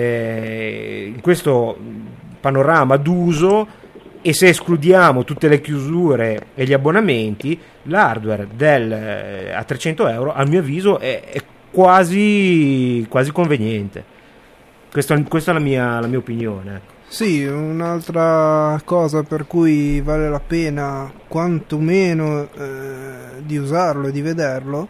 eh, in questo panorama d'uso, e se escludiamo tutte le chiusure e gli abbonamenti, l'hardware del, eh, a trecento euro a mio avviso è, è quasi quasi conveniente. Questo, questa è la mia, la mia opinione. Sì, un'altra cosa per cui vale la pena quantomeno eh, di usarlo e di vederlo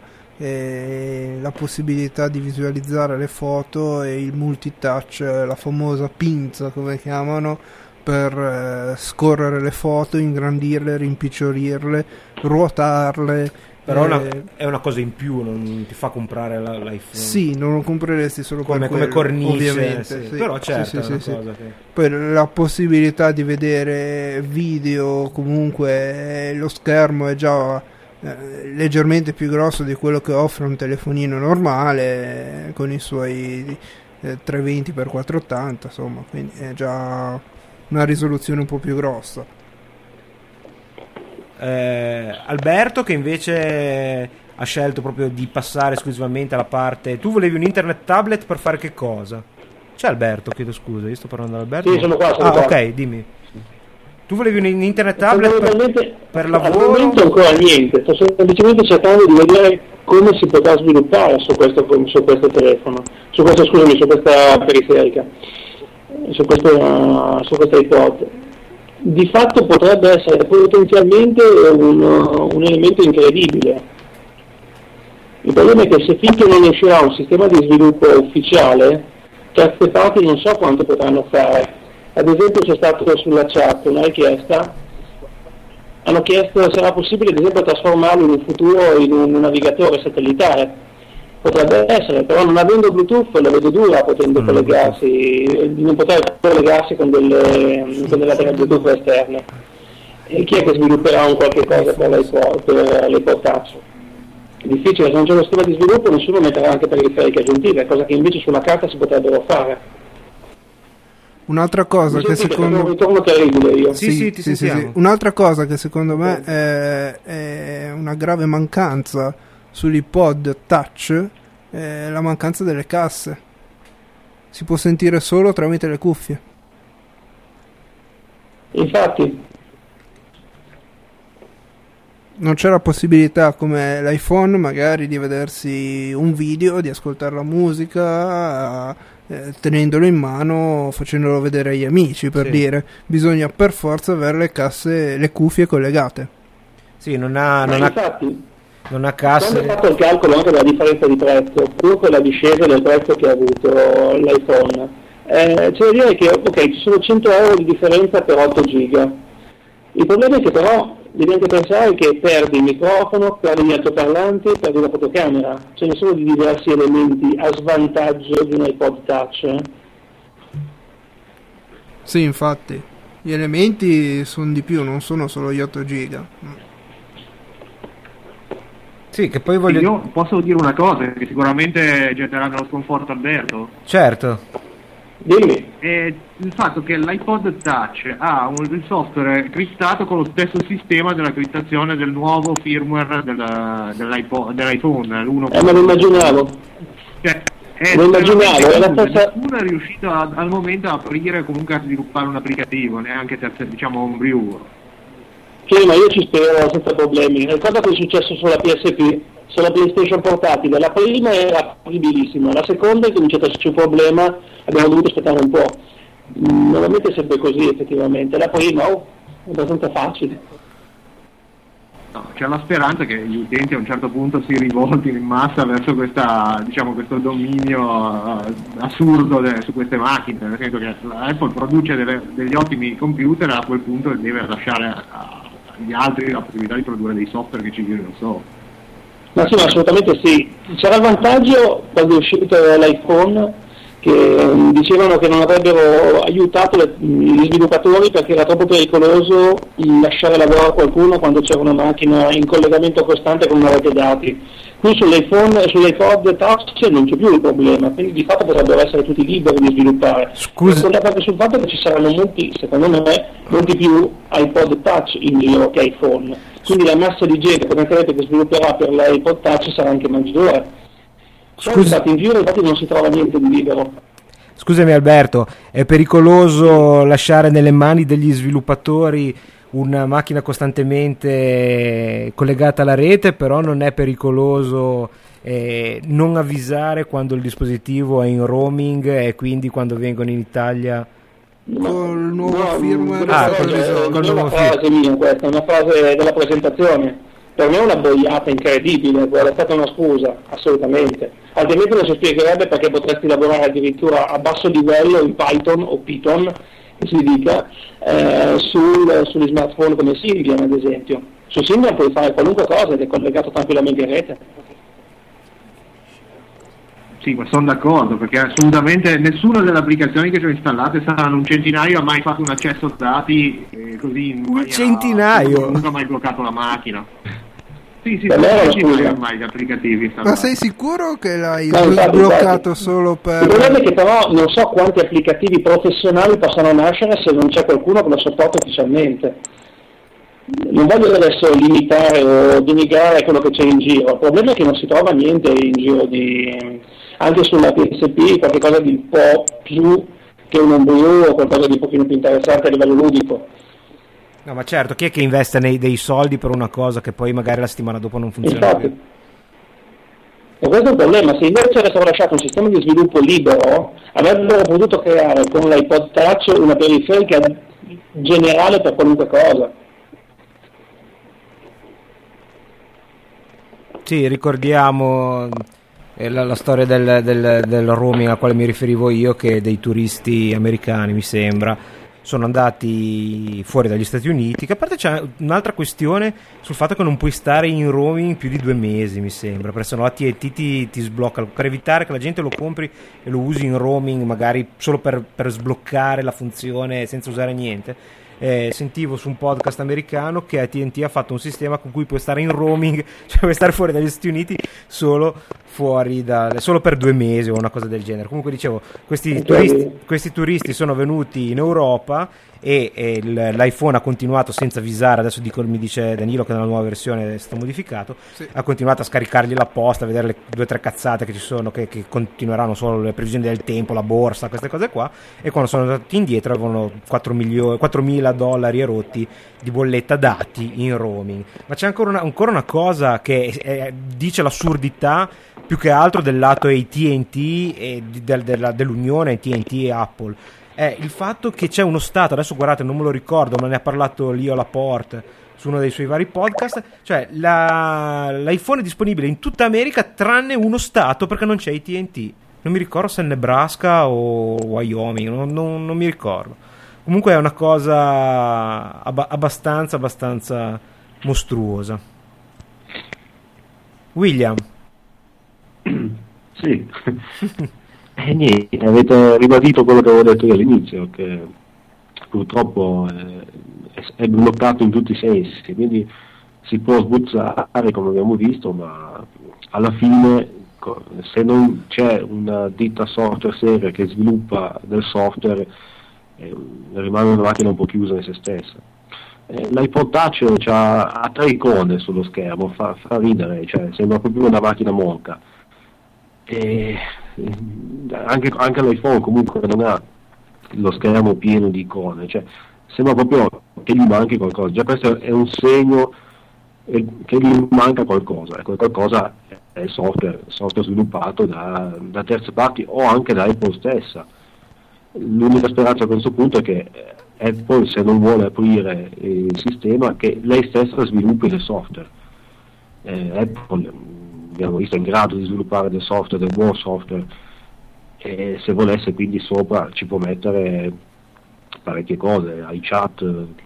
è la possibilità di visualizzare le foto e il multitouch, la famosa pinza come chiamano, per eh, scorrere le foto, ingrandirle, rimpicciorirle, ruotarle. Però eh, una, è una cosa in più, non ti fa comprare la, l'iPhone. Sì, non lo compreresti solo come, per come quello, cornice, ovviamente. sì. Sì. Però certo sì, è sì, una sì, cosa sì. che... Poi la possibilità di vedere video, comunque eh, lo schermo è già eh, leggermente più grosso di quello che offre un telefonino normale, eh, con i suoi eh, trecentoventi per quattrocentottanta, insomma, quindi è già una risoluzione un po' più grossa. eh, Alberto, che invece ha scelto proprio di passare esclusivamente alla parte... Tu volevi un internet tablet per fare che cosa? C'è Alberto, chiedo scusa, io sto parlando all'Alberto. Sì, sono qua, sono ah qua. ok, dimmi. Tu volevi un internet tablet per, per lavoro? Al momento ancora niente, sto semplicemente cercando di vedere come si potrà sviluppare su questo, su questo telefono, su questo, scusami, su questa periferica, su questo, su questa iPod. Di fatto potrebbe essere potenzialmente un, un elemento incredibile. Il problema è che se finché non uscirà un sistema di sviluppo ufficiale, terze parti non so quanto potranno fare. Ad esempio c'è stato sulla chat una richiesta, hanno chiesto se era possibile ad esempio trasformarlo in un futuro in un navigatore satellitare. Potrebbe essere, però non avendo Bluetooth lo vedo dura potendo mm. collegarsi, di non poter collegarsi con delle, con delle reti Bluetooth esterne. E chi è che svilupperà un qualche cosa per l'iPod, per l'iPod Touch? È difficile, se non c'è lo schema di sviluppo nessuno metterà anche periferiche aggiuntive, cosa che invece sulla carta si potrebbero fare. Un'altra cosa Mi che sentite, secondo un ritorno terribile io. Sì, sì, ti sì, sì, sì. Un'altra cosa che secondo me è, è una grave mancanza sull'iPod Touch è la mancanza delle casse. Si può sentire solo tramite le cuffie. Infatti non c'è la possibilità come l'iPhone magari di vedersi un video, di ascoltare la musica eh, tenendolo in mano, facendolo vedere agli amici, per Sì. dire. Bisogna per forza avere le casse, le cuffie collegate. Sì, non ha, Ma non ha, infatti, non ha quando ho casse. fatto il calcolo anche della differenza di prezzo, più con la discesa del prezzo che ha avuto l'iPhone, eh, c'è da dire che ok, ci sono cento euro di differenza per otto giga. Il problema è che però devi anche pensare che perdi il microfono, perdi gli altoparlanti, perdi la fotocamera. Ce ne sono di diversi elementi a svantaggio di un iPod Touch. eh. Sì, infatti, gli elementi sono di più, non sono solo gli otto giga. Sì, che poi voglio... Io posso dire una cosa che sicuramente getterà nello sconforto Alberto. Certo. Dimmi. È il fatto che l'iPod Touch ha un, il software criptato con lo stesso sistema della criptazione del nuovo firmware della, dell'iPod, dell'iPhone l'uno. Eh, me lo immaginavo. Cioè, è Lo immaginavo, è la estremamente stessa- chiuso, nessuno è riuscito a- al momento a aprire o comunque a sviluppare un applicativo, neanche terzo, diciamo homebrew. Sì, ma io ci spero senza problemi. Ricorda cosa è successo sulla P S P, sulla PlayStation portatile. La prima era applicabilissima, la seconda è cominciato a esserci un problema, abbiamo dovuto aspettare un po'. Mm, Normalmente è sempre così effettivamente. La prima oh, è abbastanza facile. No, c'è la speranza che gli utenti a un certo punto si rivoltino in massa verso questa, diciamo, questo dominio eh, assurdo de- su queste macchine, nel senso che Apple produce delle- degli ottimi computer e a quel punto deve lasciare a- a- agli altri la possibilità di produrre dei software che ci girino solo. Ma sì, ma assolutamente sì. C'era il vantaggio quando è uscito l'iPhone che mm, dicevano che non avrebbero aiutato le- gli sviluppatori perché era troppo pericoloso lasciare lavorare a qualcuno quando c'era una macchina in collegamento costante con una rete dati. Qui sull'iPhone e sull'iPod Touch non c'è più il problema, quindi di fatto potrebbero essere tutti liberi di sviluppare. Scusi. Contato anche sul fatto che ci saranno molti, secondo me, molti più iPod Touch in giro che iPhone. Quindi la massa di gente potenzialmente che svilupperà per l'iPod Touch sarà anche maggiore. Scusi. Infatti in giro infatti non si trova niente di libero. Scusami Alberto, è pericoloso lasciare nelle mani degli sviluppatori una macchina costantemente collegata alla rete, però non è pericoloso eh, non avvisare quando il dispositivo è in roaming e quindi quando vengono in Italia. Col nuovo No, firmware questa Ah, cosa col- è- col non è nuovo una frase mia questa, è una frase della presentazione. Per me è una boiata incredibile, quella è stata una scusa, assolutamente. Altrimenti non si spiegherebbe perché potresti lavorare addirittura a basso livello in Python o Python, che si dica, eh, sul, sugli smartphone come Symbian ad esempio. Su Symbian puoi fare qualunque cosa ed è collegato tranquillamente in rete. Sì, ma sono d'accordo, perché assolutamente nessuna delle applicazioni che ci ho installate saranno un centinaio ha mai fatto un accesso dati eh, così in Un maniera- centinaio? non ha mai bloccato la macchina. Sì, sì, Per sono me era un una centinaio scusa. ormai gli applicativi installati. Ma sei sicuro che l'hai No, infatti, bloccato infatti. solo Il problema per... è che però non so quanti applicativi professionali possano nascere se non c'è qualcuno che lo sopporta ufficialmente. Non voglio adesso limitare o denigrare quello che c'è in giro, il problema è che non si trova niente in giro di... anche sulla P S P, qualcosa di un po' più che un homebrew o qualcosa di un pochino più interessante a livello ludico. No, ma certo, chi è che investe nei, dei soldi per una cosa che poi magari la settimana dopo non funziona Infatti. più? E questo è il problema, se invece avessero lasciato un sistema di sviluppo libero, avrebbero potuto creare con l'iPod Touch una periferica generale per qualunque cosa. Sì, ricordiamo eh, la, la storia del, del, del roaming al quale mi riferivo io, che dei turisti americani, mi sembra, sono andati fuori dagli Stati Uniti, che a parte c'è un'altra questione sul fatto che non puoi stare in roaming più di due mesi, mi sembra, perché sennò A T and T ti, ti sblocca, per evitare che la gente lo compri e lo usi in roaming magari solo per, per sbloccare la funzione senza usare niente. Eh, sentivo su un podcast americano che A T and T ha fatto un sistema con cui puoi stare in roaming, cioè puoi stare fuori dagli Stati Uniti solo fuori da, solo per due mesi o una cosa del genere. Comunque dicevo, questi turisti, questi turisti sono venuti in Europa e, e il, l'iPhone ha continuato senza avvisare, adesso dico, mi dice Danilo che nella nuova versione è stato modificato, sì. Ha continuato a scaricargli la posta, a vedere le due o tre cazzate che ci sono, che, che continueranno solo le previsioni del tempo, la borsa, queste cose qua, e quando sono andati indietro avevano quattro milioni, quattromila dollari e rotti di bolletta dati in roaming. Ma c'è ancora una, ancora una cosa che è, dice l'assurdità più che altro del lato A T and T e di, del, della, dell'unione A T and T e Apple, è il fatto che c'è uno stato, adesso guardate non me lo ricordo ma ne ha parlato Leo Laporte su uno dei suoi vari podcast, cioè la, l'iPhone è disponibile in tutta America tranne uno stato perché non c'è A T and T, non mi ricordo se è Nebraska o Wyoming, non, non, non mi ricordo, comunque è una cosa ab- abbastanza abbastanza mostruosa. William. Sì. E niente, avete ribadito quello che avevo detto io all'inizio, che purtroppo è, è bloccato in tutti i sensi, quindi si può sbuzzare come abbiamo visto, ma alla fine se non c'è una ditta software seria che sviluppa del software eh, rimane una macchina un po' chiusa in se stessa. Eh, L'iPod Touch ha, ha tre icone sullo schermo, fa, fa ridere, cioè sembra proprio una macchina monca. E anche, anche l'iPhone comunque non ha lo schermo pieno di icone, cioè sembra proprio che gli manchi qualcosa, già questo è un segno eh, che gli manca qualcosa, ecco, qualcosa è il software, software sviluppato da, da terze parti o anche da Apple stessa. L'unica speranza a questo punto è che Apple, se non vuole aprire il sistema, che lei stessa sviluppi il software. eh, Apple abbiamo visto è in grado di sviluppare del software, del buon software, e se volesse quindi sopra ci può mettere parecchie cose, ai chat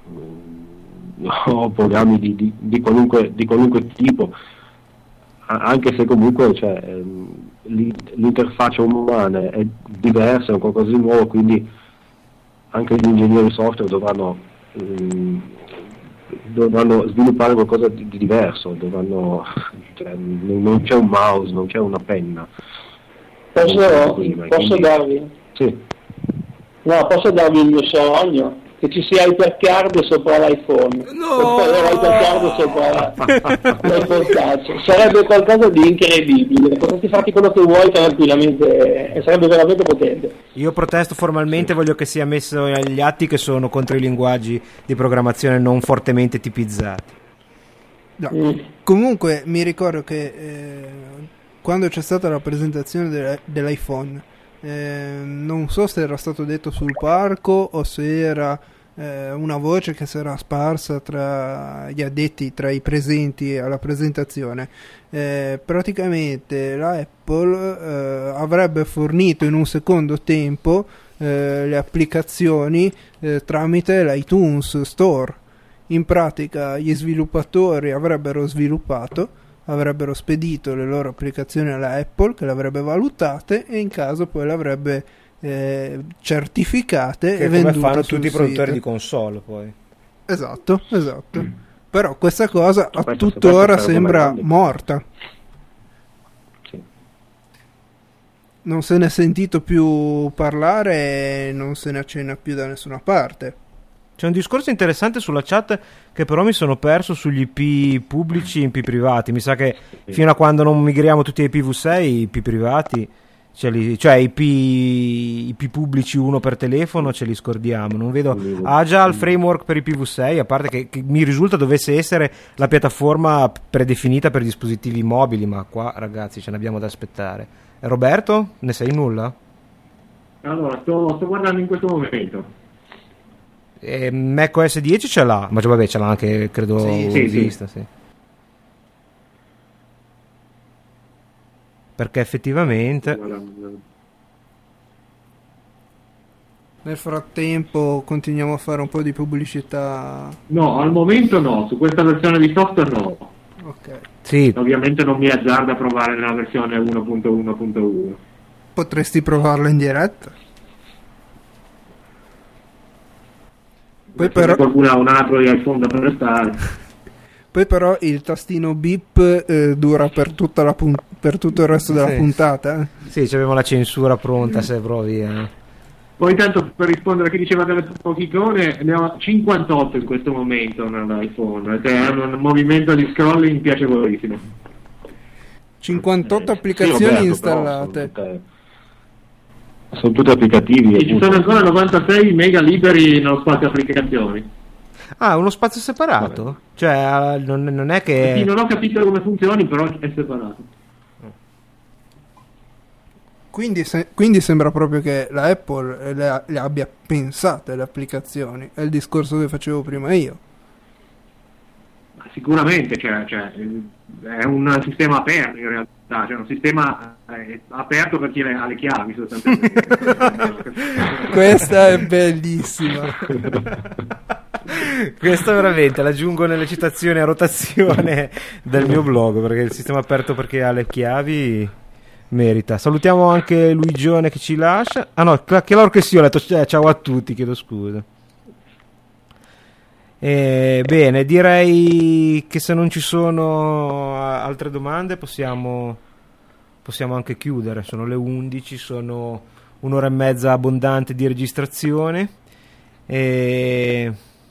o programmi di, di, di, qualunque, di qualunque tipo, anche se comunque cioè, l'interfaccia umana è diversa, è un qualcosa di nuovo, quindi anche gli ingegneri software dovranno um, dovranno sviluppare qualcosa di, di diverso, dovranno, cioè, non, non c'è un mouse, non c'è una penna. Posso, prima, posso quindi, darvi? Sì. No, posso darvi il mio sogno? Che ci sia HyperCard sopra l'iPhone. No! E poi HyperCard sopra l'iPhone Touch. Sarebbe qualcosa di incredibile. Potresti farti quello che vuoi tranquillamente e sarebbe veramente potente. Io protesto formalmente, voglio che sia messo agli atti che sono contro i linguaggi di programmazione non fortemente tipizzati. No. Mm. Comunque mi ricordo che eh, quando c'è stata la presentazione de- dell'iPhone, eh, non so se era stato detto sul palco o se era eh, una voce che si era sparsa tra gli addetti, tra i presenti alla presentazione, eh, praticamente la Apple eh, avrebbe fornito in un secondo tempo eh, le applicazioni eh, tramite l'iTunes Store. In pratica gli sviluppatori avrebbero sviluppato, avrebbero spedito le loro applicazioni alla Apple, che le avrebbe valutate e in caso poi le avrebbe eh, certificate che e come vendute fanno sul tutti i produttori sito. di console poi. Esatto, esatto. Mm. Però questa cosa a questo tuttora questo sembra come morta. Sì. Non se ne è sentito più parlare e non se ne accenna più da nessuna parte. C'è un discorso interessante sulla chat che però mi sono perso sugli I P pubblici e I P privati. Mi sa che fino a quando non migriamo tutti ai I P v sei, I P privati, ce li, cioè I P, I P pubblici uno per telefono ce li scordiamo. Non vedo. Ha già il framework per I P v sei, a parte che, che mi risulta dovesse essere la piattaforma predefinita per dispositivi mobili, ma qua ragazzi ce ne abbiamo da aspettare. E Roberto, ne sai nulla? Allora, sto, sto guardando in questo momento. Eh, macOS dieci ce l'ha, ma vabbè ce l'ha anche credo sì, sì, vista, sì. Sì. Perché effettivamente nel frattempo continuiamo a fare un po' di pubblicità. No, al momento no, su questa versione di software no. Ok. Sì. Ovviamente non mi azzardo a provare nella versione uno punto uno punto uno. Potresti provarlo in diretta. Poi però qualcuno ha un altro iPhone da prestare. Poi però il tastino beep eh, dura per tutta la pun- per tutto il resto della sì. puntata. Eh. Sì, c'avevamo la censura pronta se provi. Eh. Poi intanto per rispondere a chi diceva delle poche icone, ne ho cinquantotto in questo momento nell'iPhone, che è un movimento di scrolling piacevolissimo. cinquantotto Eh, applicazioni sì, Roberto, installate. però sono tutte, sono tutte applicativi. E ci sono ancora novantasei mega liberi nello spazio applicazioni. Ah, uno spazio separato? Vabbè. Cioè, non, non è che... Sì, non ho capito come funzioni, però è separato. Quindi, se, quindi sembra proprio che la Apple le, le abbia pensate le applicazioni. È il discorso che facevo prima io. Sicuramente, cioè, cioè, è un sistema aperto in realtà, cioè un sistema eh, aperto per chi le, ha le chiavi sostanzialmente. Questa è bellissima. Questa veramente l'aggiungo nelle citazioni a rotazione del mio blog, perché il sistema aperto perché ha le chiavi merita. Salutiamo anche Luigione che ci lascia. Ah no, che l'ho che sì, ho detto ciao a tutti, chiedo scusa. Eh, bene, direi che se non ci sono altre domande possiamo, possiamo anche chiudere. Sono le undici, sono un'ora e mezza abbondante di registrazione. E...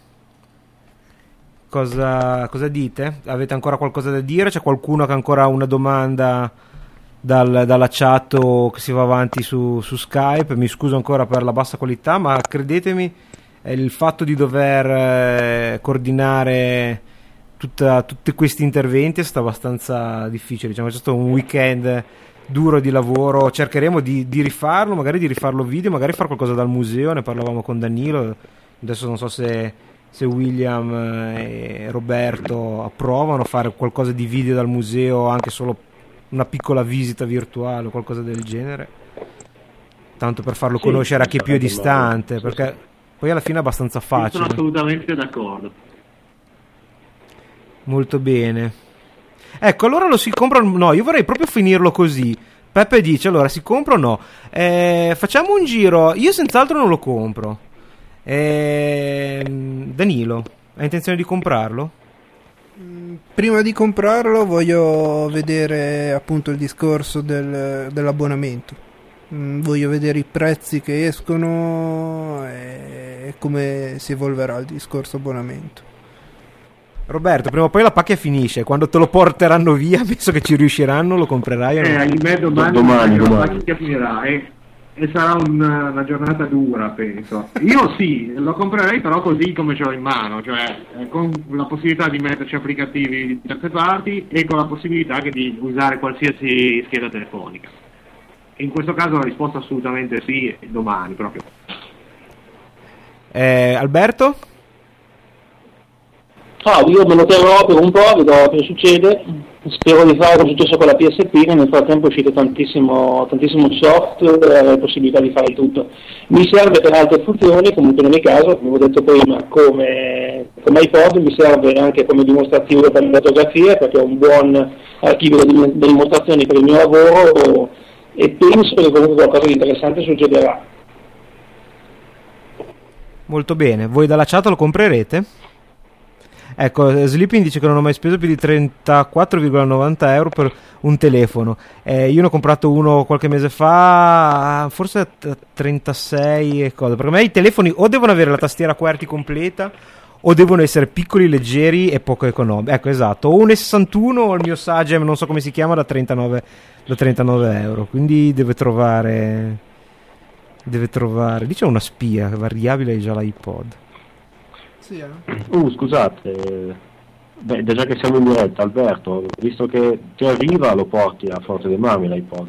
Cosa, cosa dite? Avete ancora qualcosa da dire? C'è qualcuno che ha ancora una domanda dal, dalla chat o che si va avanti su, su Skype? Mi scuso ancora per la bassa qualità, ma credetemi, il fatto di dover eh, coordinare tutta, tutti questi interventi è stato abbastanza difficile. Diciamo, è stato un weekend duro di lavoro. Cercheremo di, di rifarlo, magari di rifarlo video, magari fare qualcosa dal museo. Ne parlavamo con Danilo. Adesso non so se, se William e Roberto approvano fare qualcosa di video dal museo, anche solo una piccola visita virtuale o qualcosa del genere, tanto per farlo sì, conoscere a chi è più distante, perché poi alla fine è abbastanza facile. Sono assolutamente d'accordo. Molto bene. Ecco, allora lo si compra. No, io vorrei proprio finirlo così. Peppe dice: allora si compra o no? Eh, facciamo un giro. Io senz'altro non lo compro. Eh, Danilo, hai intenzione di comprarlo? Prima di comprarlo voglio vedere appunto il discorso del, dell'abbonamento. Mm, voglio vedere i prezzi che escono e come si evolverà il discorso abbonamento. Roberto, prima o poi la pacchia finisce. Quando te lo porteranno via, penso che ci riusciranno, lo comprerai o no? Eh, ahimè, domani, domani, domani. La pacchia finirà e, e sarà una, una giornata dura, penso. Io sì, lo comprerei, però così come ce l'ho in mano, cioè eh, con la possibilità di metterci applicativi di terze parti e con la possibilità che di usare qualsiasi scheda telefonica. In questo caso la risposta assolutamente sì, domani proprio. Eh, Alberto? Ah, io me lo terrò per un po', vedo cosa succede. Spero di fare come è successo con la P S P, che nel frattempo è uscito tantissimo, tantissimo software, la possibilità di fare tutto. Mi serve per altre funzioni, comunque in ogni caso, come ho detto prima, come, come iPod, mi serve anche come dimostrazione per le fotografie, perché ho un buon archivio di dimostrazioni per il mio lavoro e penso che comunque qualcosa di interessante succederà. Molto bene, voi dalla chat lo comprerete? Ecco, Sleeping dice che non ho mai speso più di trentaquattro virgola novanta euro per un telefono. Eh, io ne ho comprato uno qualche mese fa, forse a trentasei e cosa. Perché a me i telefoni o devono avere la tastiera QWERTY completa o devono essere piccoli, leggeri e poco economici. Ecco, esatto. O un E sessantuno o il mio Sagem, non so come si chiama, da trentanove, da trentanove euro. Quindi deve trovare... Deve trovare... Dice una spia variabile già l'iPod. Sì, eh. Uh, scusate, beh, già che siamo in diretta, Alberto, visto che ti arriva, lo porti a Forte dei Marmi l'iPod?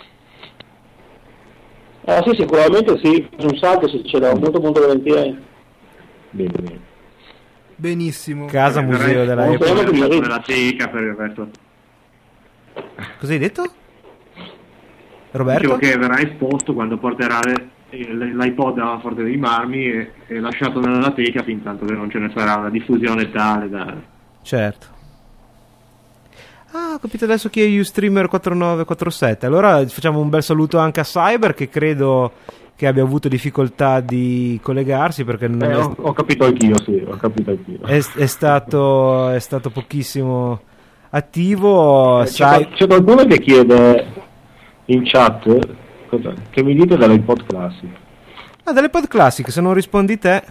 Ah sì, sicuramente sì, un salto se ce l'ho, molto molto volentieri. Bene, bene. Benissimo. Casa eh, museo della Apple. Della teca per il resto. Cosa hai detto? Roberto? Dicevo che verrà esposto quando porterà le... l'iPod a Forte dei Marmi e, e lasciato nella teca fin tanto che non ce ne sarà una diffusione tale da... Certo. Ah, ho capito adesso chi è Ustreamer quarantanove quarantasette. Allora facciamo un bel saluto anche a Cyber, che credo che abbia avuto difficoltà di collegarsi perché non eh, è... ho, ho capito anch'io, sì, ho capito anch'io. È, è stato è stato pochissimo attivo. Eh, Sai... c'è, c'è qualcuno che chiede in chat cosa, che mi dite dell'iPod Classic? Ah, dell'iPod Classic, se non rispondi te.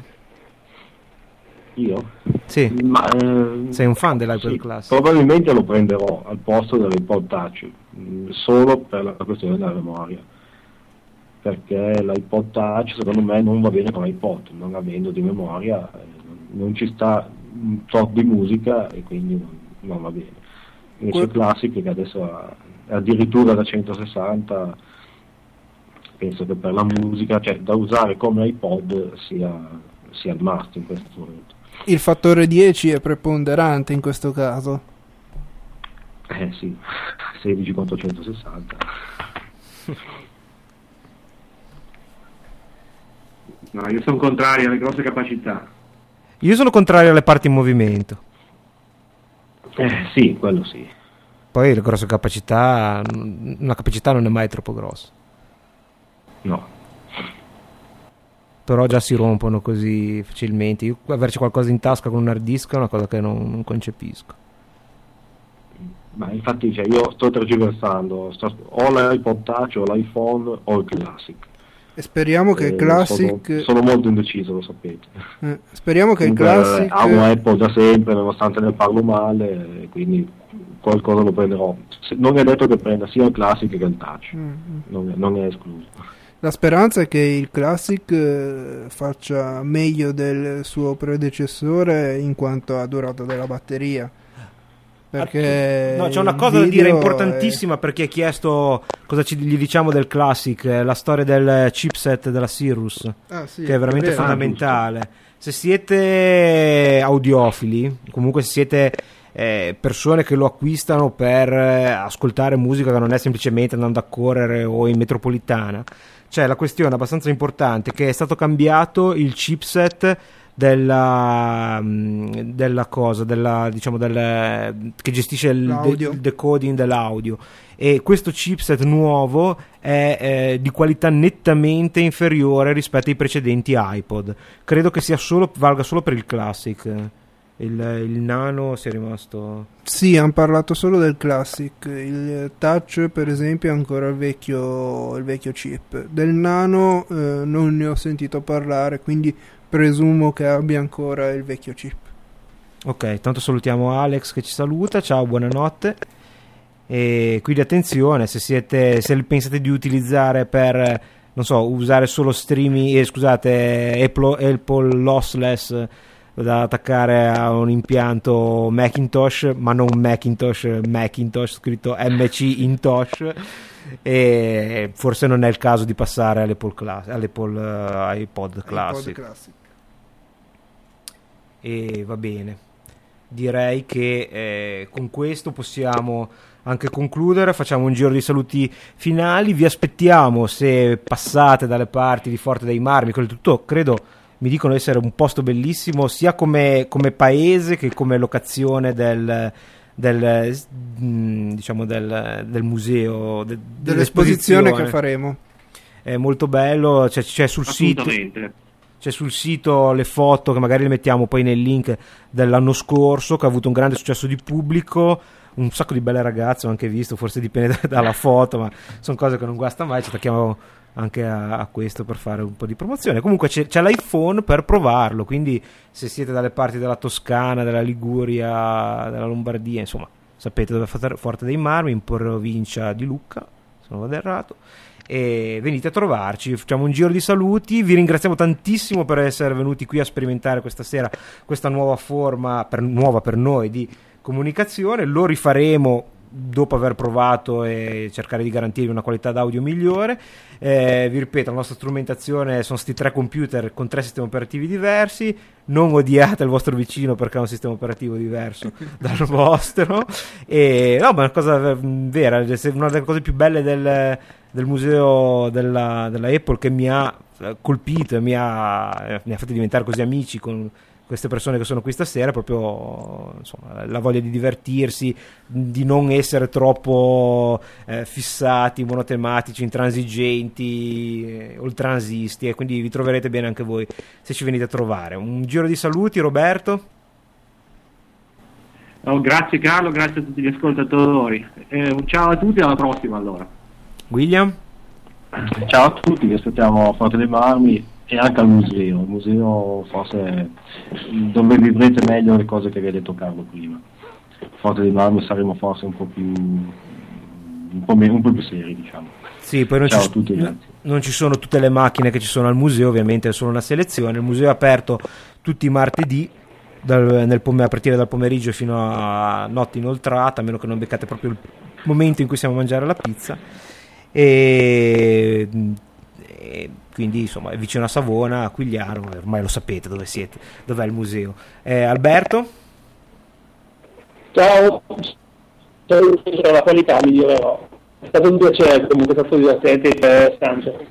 Io? Sì. Ma, eh, sei un fan dell'iPod sì, Classic? Probabilmente lo prenderò al posto dell'iPod Touch, mh, solo per la questione della memoria, perché l'iPod Touch secondo me non va bene con l'iPod, non avendo di memoria, eh, non ci sta un tot di musica e quindi non, non va bene. Invece il Classic, che adesso ha addirittura da centosessanta, penso che per la musica, cioè da usare come iPod, sia, sia il must in questo momento. Il fattore dieci è preponderante in questo caso. Eh sì, sedici contro centosessanta. No, io sono contrario alle grosse capacità. Io sono contrario alle parti in movimento. Eh sì, quello sì. Poi le grosse capacità, una capacità non è mai troppo grossa. No. Però già si rompono così facilmente. Io averci qualcosa in tasca con un hard disk è una cosa che non, non concepisco. Ma infatti cioè, io sto tergiversando, sto, o l'iPod Touch o l'iPhone o il Classic. E speriamo che eh, il Classic... Sono, sono molto indeciso, lo sapete. Eh, speriamo che Comunque, il Classic... amo Apple da sempre, nonostante ne parlo male, quindi qualcosa lo prenderò. Se, non è detto che prenda sia il Classic che il Touch, mm-hmm. non, è, non è escluso. La speranza è che il Classic eh, faccia meglio del suo predecessore in quanto a durata della batteria. Perché no, c'è una cosa da dire importantissima è... per chi ha chiesto cosa ci, gli diciamo del Classic, la storia del chipset della Cirrus, ah, sì, che è veramente è fondamentale. Ah, se siete audiofili, comunque se siete eh, persone che lo acquistano per eh, ascoltare musica che non è semplicemente andando a correre o in metropolitana, c'è la questione abbastanza importante che è stato cambiato il chipset della della cosa della diciamo del che gestisce il, de, il decoding dell'audio, e questo chipset nuovo è eh, di qualità nettamente inferiore rispetto ai precedenti iPod. Credo che sia solo valga solo per il Classic. Il, il Nano si è rimasto... Sì, hanno parlato solo del Classic. Il Touch per esempio è ancora il vecchio il vecchio chip. Del Nano eh, non ne ho sentito parlare, quindi presumo che abbia ancora il vecchio chip. Ok, tanto salutiamo Alex che ci saluta, ciao, buonanotte. E quindi attenzione, se siete se pensate di utilizzare per, non so, usare solo streaming, eh, scusate, Apple, Apple lossless da attaccare a un impianto Macintosh, ma non Macintosh, Macintosh scritto M C Intosh, e forse non è il caso di passare all'Apple, class- all'Apple uh, iPod Classic. iPod Classic. E va bene, direi che eh, con questo possiamo anche concludere. Facciamo un giro di saluti finali, vi aspettiamo se passate dalle parti di Forte dei Marmi. Tutto credo mi dicono essere un posto bellissimo sia come, come paese che come locazione del, del diciamo del, del museo, de, dell'esposizione che faremo. È molto bello, c'è, c'è sul sito c'è sul sito le foto che magari le mettiamo poi nel link dell'anno scorso, che ha avuto un grande successo di pubblico, un sacco di belle ragazze ho anche visto, forse dipende dalla foto, ma sono cose che non guasta mai. Ci attacchiamo anche a, a questo per fare un po' di promozione. Comunque c'è, c'è l'iPhone per provarlo, quindi se siete dalle parti della Toscana, della Liguria, della Lombardia, insomma sapete dove è Forte dei Marmi, in provincia di Lucca se non vado errato, e venite a trovarci, facciamo un giro di saluti. Vi ringraziamo tantissimo per essere venuti qui a sperimentare questa sera questa nuova forma, per, nuova per noi, di comunicazione. Lo rifaremo dopo aver provato e cercare di garantirvi una qualità d'audio migliore. Eh, vi ripeto, la nostra strumentazione sono sti tre computer con tre sistemi operativi diversi. Non odiate il vostro vicino perché ha un sistema operativo diverso dal vostro. E no, ma è una cosa vera, una delle cose più belle del, del museo della, della Apple, che mi ha colpito e mi ha, mi ha fatto diventare così amici con queste persone che sono qui stasera, proprio insomma, la voglia di divertirsi, di non essere troppo eh, fissati, monotematici, intransigenti, eh, oltranzisti, e quindi vi troverete bene anche voi se ci venite a trovare. Un giro di saluti, Roberto. Oh, grazie Carlo, grazie a tutti gli ascoltatori. Eh, ciao a tutti, alla prossima allora. William? Ciao a tutti, vi aspettiamo a Forte dei Marmi e anche al museo. Il museo forse dove vivrete meglio le cose che vi ha detto Carlo prima. Forte dei Marmi saremo forse un po' più un po', meno, un po' più seri, diciamo. Sì, poi non Ciao ci, a tutti, grazie. Non ci sono tutte le macchine che ci sono al museo, ovviamente è solo una selezione. Il museo è aperto tutti i martedì dal, nel pom- a partire dal pomeriggio fino a notte inoltrata, a meno che non beccate proprio il momento in cui siamo a mangiare la pizza. E e quindi insomma è vicino a Savona, a Quigliaro, ormai lo sapete dove siete, dov'è il museo. eh, Alberto? Ciao, ciao, la qualità migliorerò. È stato un piacere, comunque è stato divertente e interessante.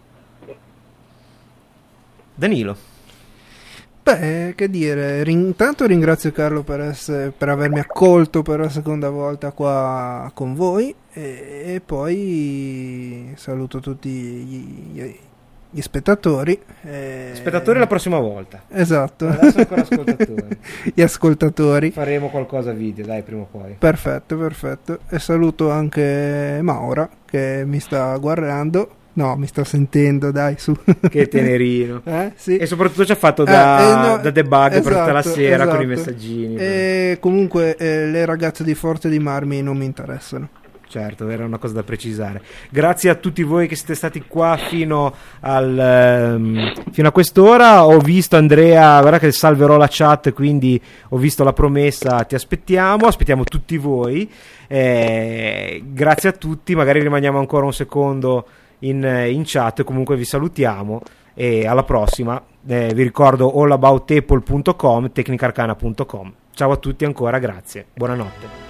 Danilo? Beh, che dire, rin- intanto ringrazio Carlo per, essere, per avermi accolto per la seconda volta qua con voi e, e poi saluto tutti gli, gli spettatori. E... Spettatori la prossima volta. Esatto. Adesso ancora ascoltatori. Gli ascoltatori. Faremo qualcosa video, dai, prima o poi. Perfetto, perfetto. E saluto anche Maura che mi sta guardando. No, mi sta sentendo, dai, su. Che tenerino. Eh, sì. E soprattutto ci ha fatto da, eh, eh, no, da debug esatto, per tutta la sera esatto. con i messaggini. E comunque eh, le ragazze di Forte di Marmi non mi interessano. Certo, era una cosa da precisare. Grazie a tutti voi che siete stati qua fino al um, fino a quest'ora. Ho visto Andrea, guarda che salverò la chat, quindi ho visto la promessa, ti aspettiamo, aspettiamo tutti voi. Eh, grazie a tutti, magari rimaniamo ancora un secondo in, in chat, comunque vi salutiamo e alla prossima. Eh, vi ricordo all about apple punto com, tecnicarcana punto com. Ciao a tutti ancora, grazie, buonanotte.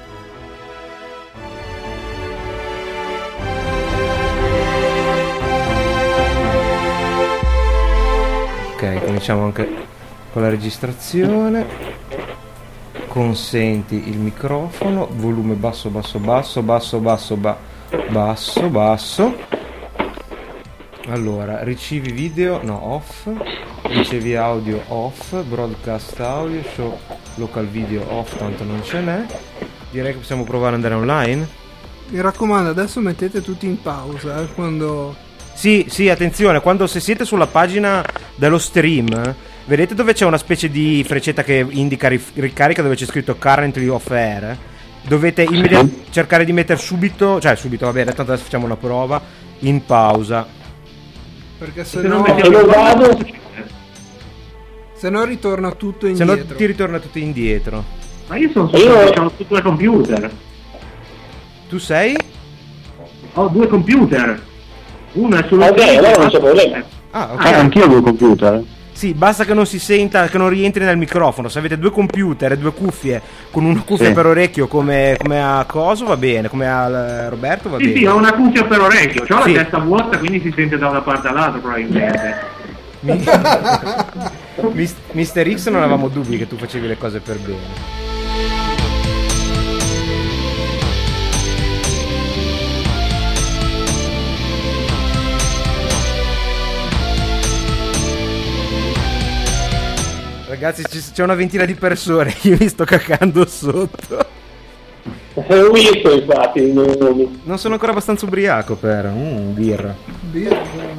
Ok, cominciamo anche con la registrazione. Consenti il microfono, volume basso basso basso basso basso ba- basso basso. Allora, ricevi video, no, off, ricevi audio off, broadcast audio, show local video off, tanto non ce n'è. Direi che possiamo provare ad andare online. Mi raccomando, adesso mettete tutti in pausa eh, quando... Sì, sì, attenzione, quando se siete sulla pagina dello stream, vedete dove c'è una specie di freccetta che indica rif- ricarica dove c'è scritto currently off air? Dovete immediatamente cercare di mettere subito, cioè subito, va bene, tanto adesso facciamo una prova, in pausa. Perché se, se no, non lo vado, se no ritorna tutto Se indietro. no ti ritorna tutto indietro. ma io sono io ho due computer. Tu sei? Ho due computer. Uno è sullo Ok, allora non c'è problema. Ah, ok. Ah, anch'io ho due computer. Sì, basta che non si senta, che non rientri nel microfono. Se avete due computer e due cuffie, con una cuffia Sì. per orecchio come, come a Coso va bene, come a eh, Roberto va Sì, bene. sì, ho una cuffia per orecchio, ho Sì. la testa vuota, quindi si sente da una parte all'altra probabilmente. Mi- Mis- Mister X non avevamo dubbi che tu facevi le cose per bene. Ragazzi, ci- c'è una ventina di persone, io mi sto cacando sotto. Ho visto infatti i nomi. Non sono ancora abbastanza ubriaco per mm, birra. Birra.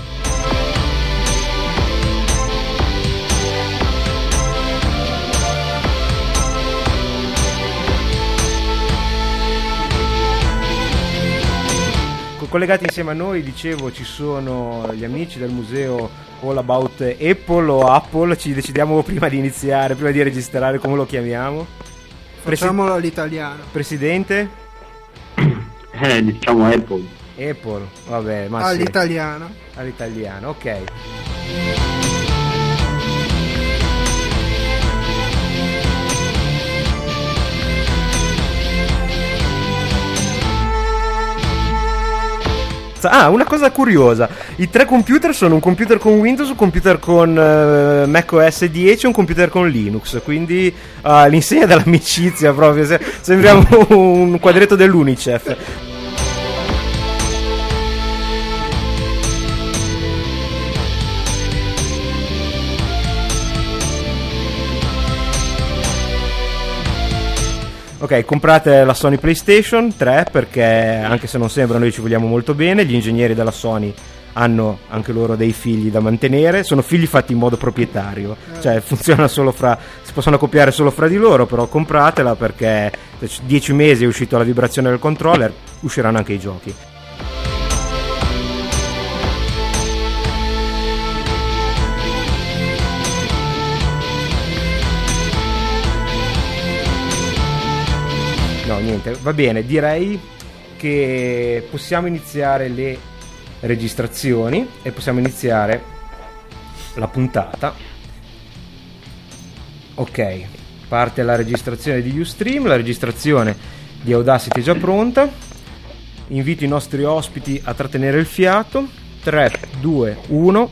Co- Collegati insieme a noi, dicevo, ci sono gli amici del museo All About Apple o Apple, ci decidiamo prima di iniziare, prima di registrare come lo chiamiamo. Presi- Facciamolo all'italiano. Presidente? Eh, diciamo Apple. Apple, vabbè, ma sì. All'italiano. All'italiano, ok. Ah, una cosa curiosa, i tre computer sono un computer con Windows, un computer con uh, macOS dieci e un computer con Linux, quindi uh, l'insegna dell'amicizia proprio, se- sembriamo un quadretto dell'Unicef. Ok, comprate la Sony PlayStation tre perché anche se non sembra noi ci vogliamo molto bene, gli ingegneri della Sony hanno anche loro dei figli da mantenere, sono figli fatti in modo proprietario, cioè funziona solo fra, si possono accoppiare solo fra di loro, però compratela perché dieci mesi è uscito la vibrazione del controller, usciranno anche i giochi. No, niente, va bene, direi che possiamo iniziare le registrazioni e possiamo iniziare la puntata. Ok, parte la registrazione di Ustream, la registrazione di Audacity è già pronta. Invito i nostri ospiti a trattenere il fiato. Tre, due, uno.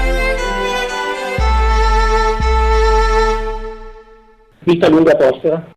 Vita lunga prospera.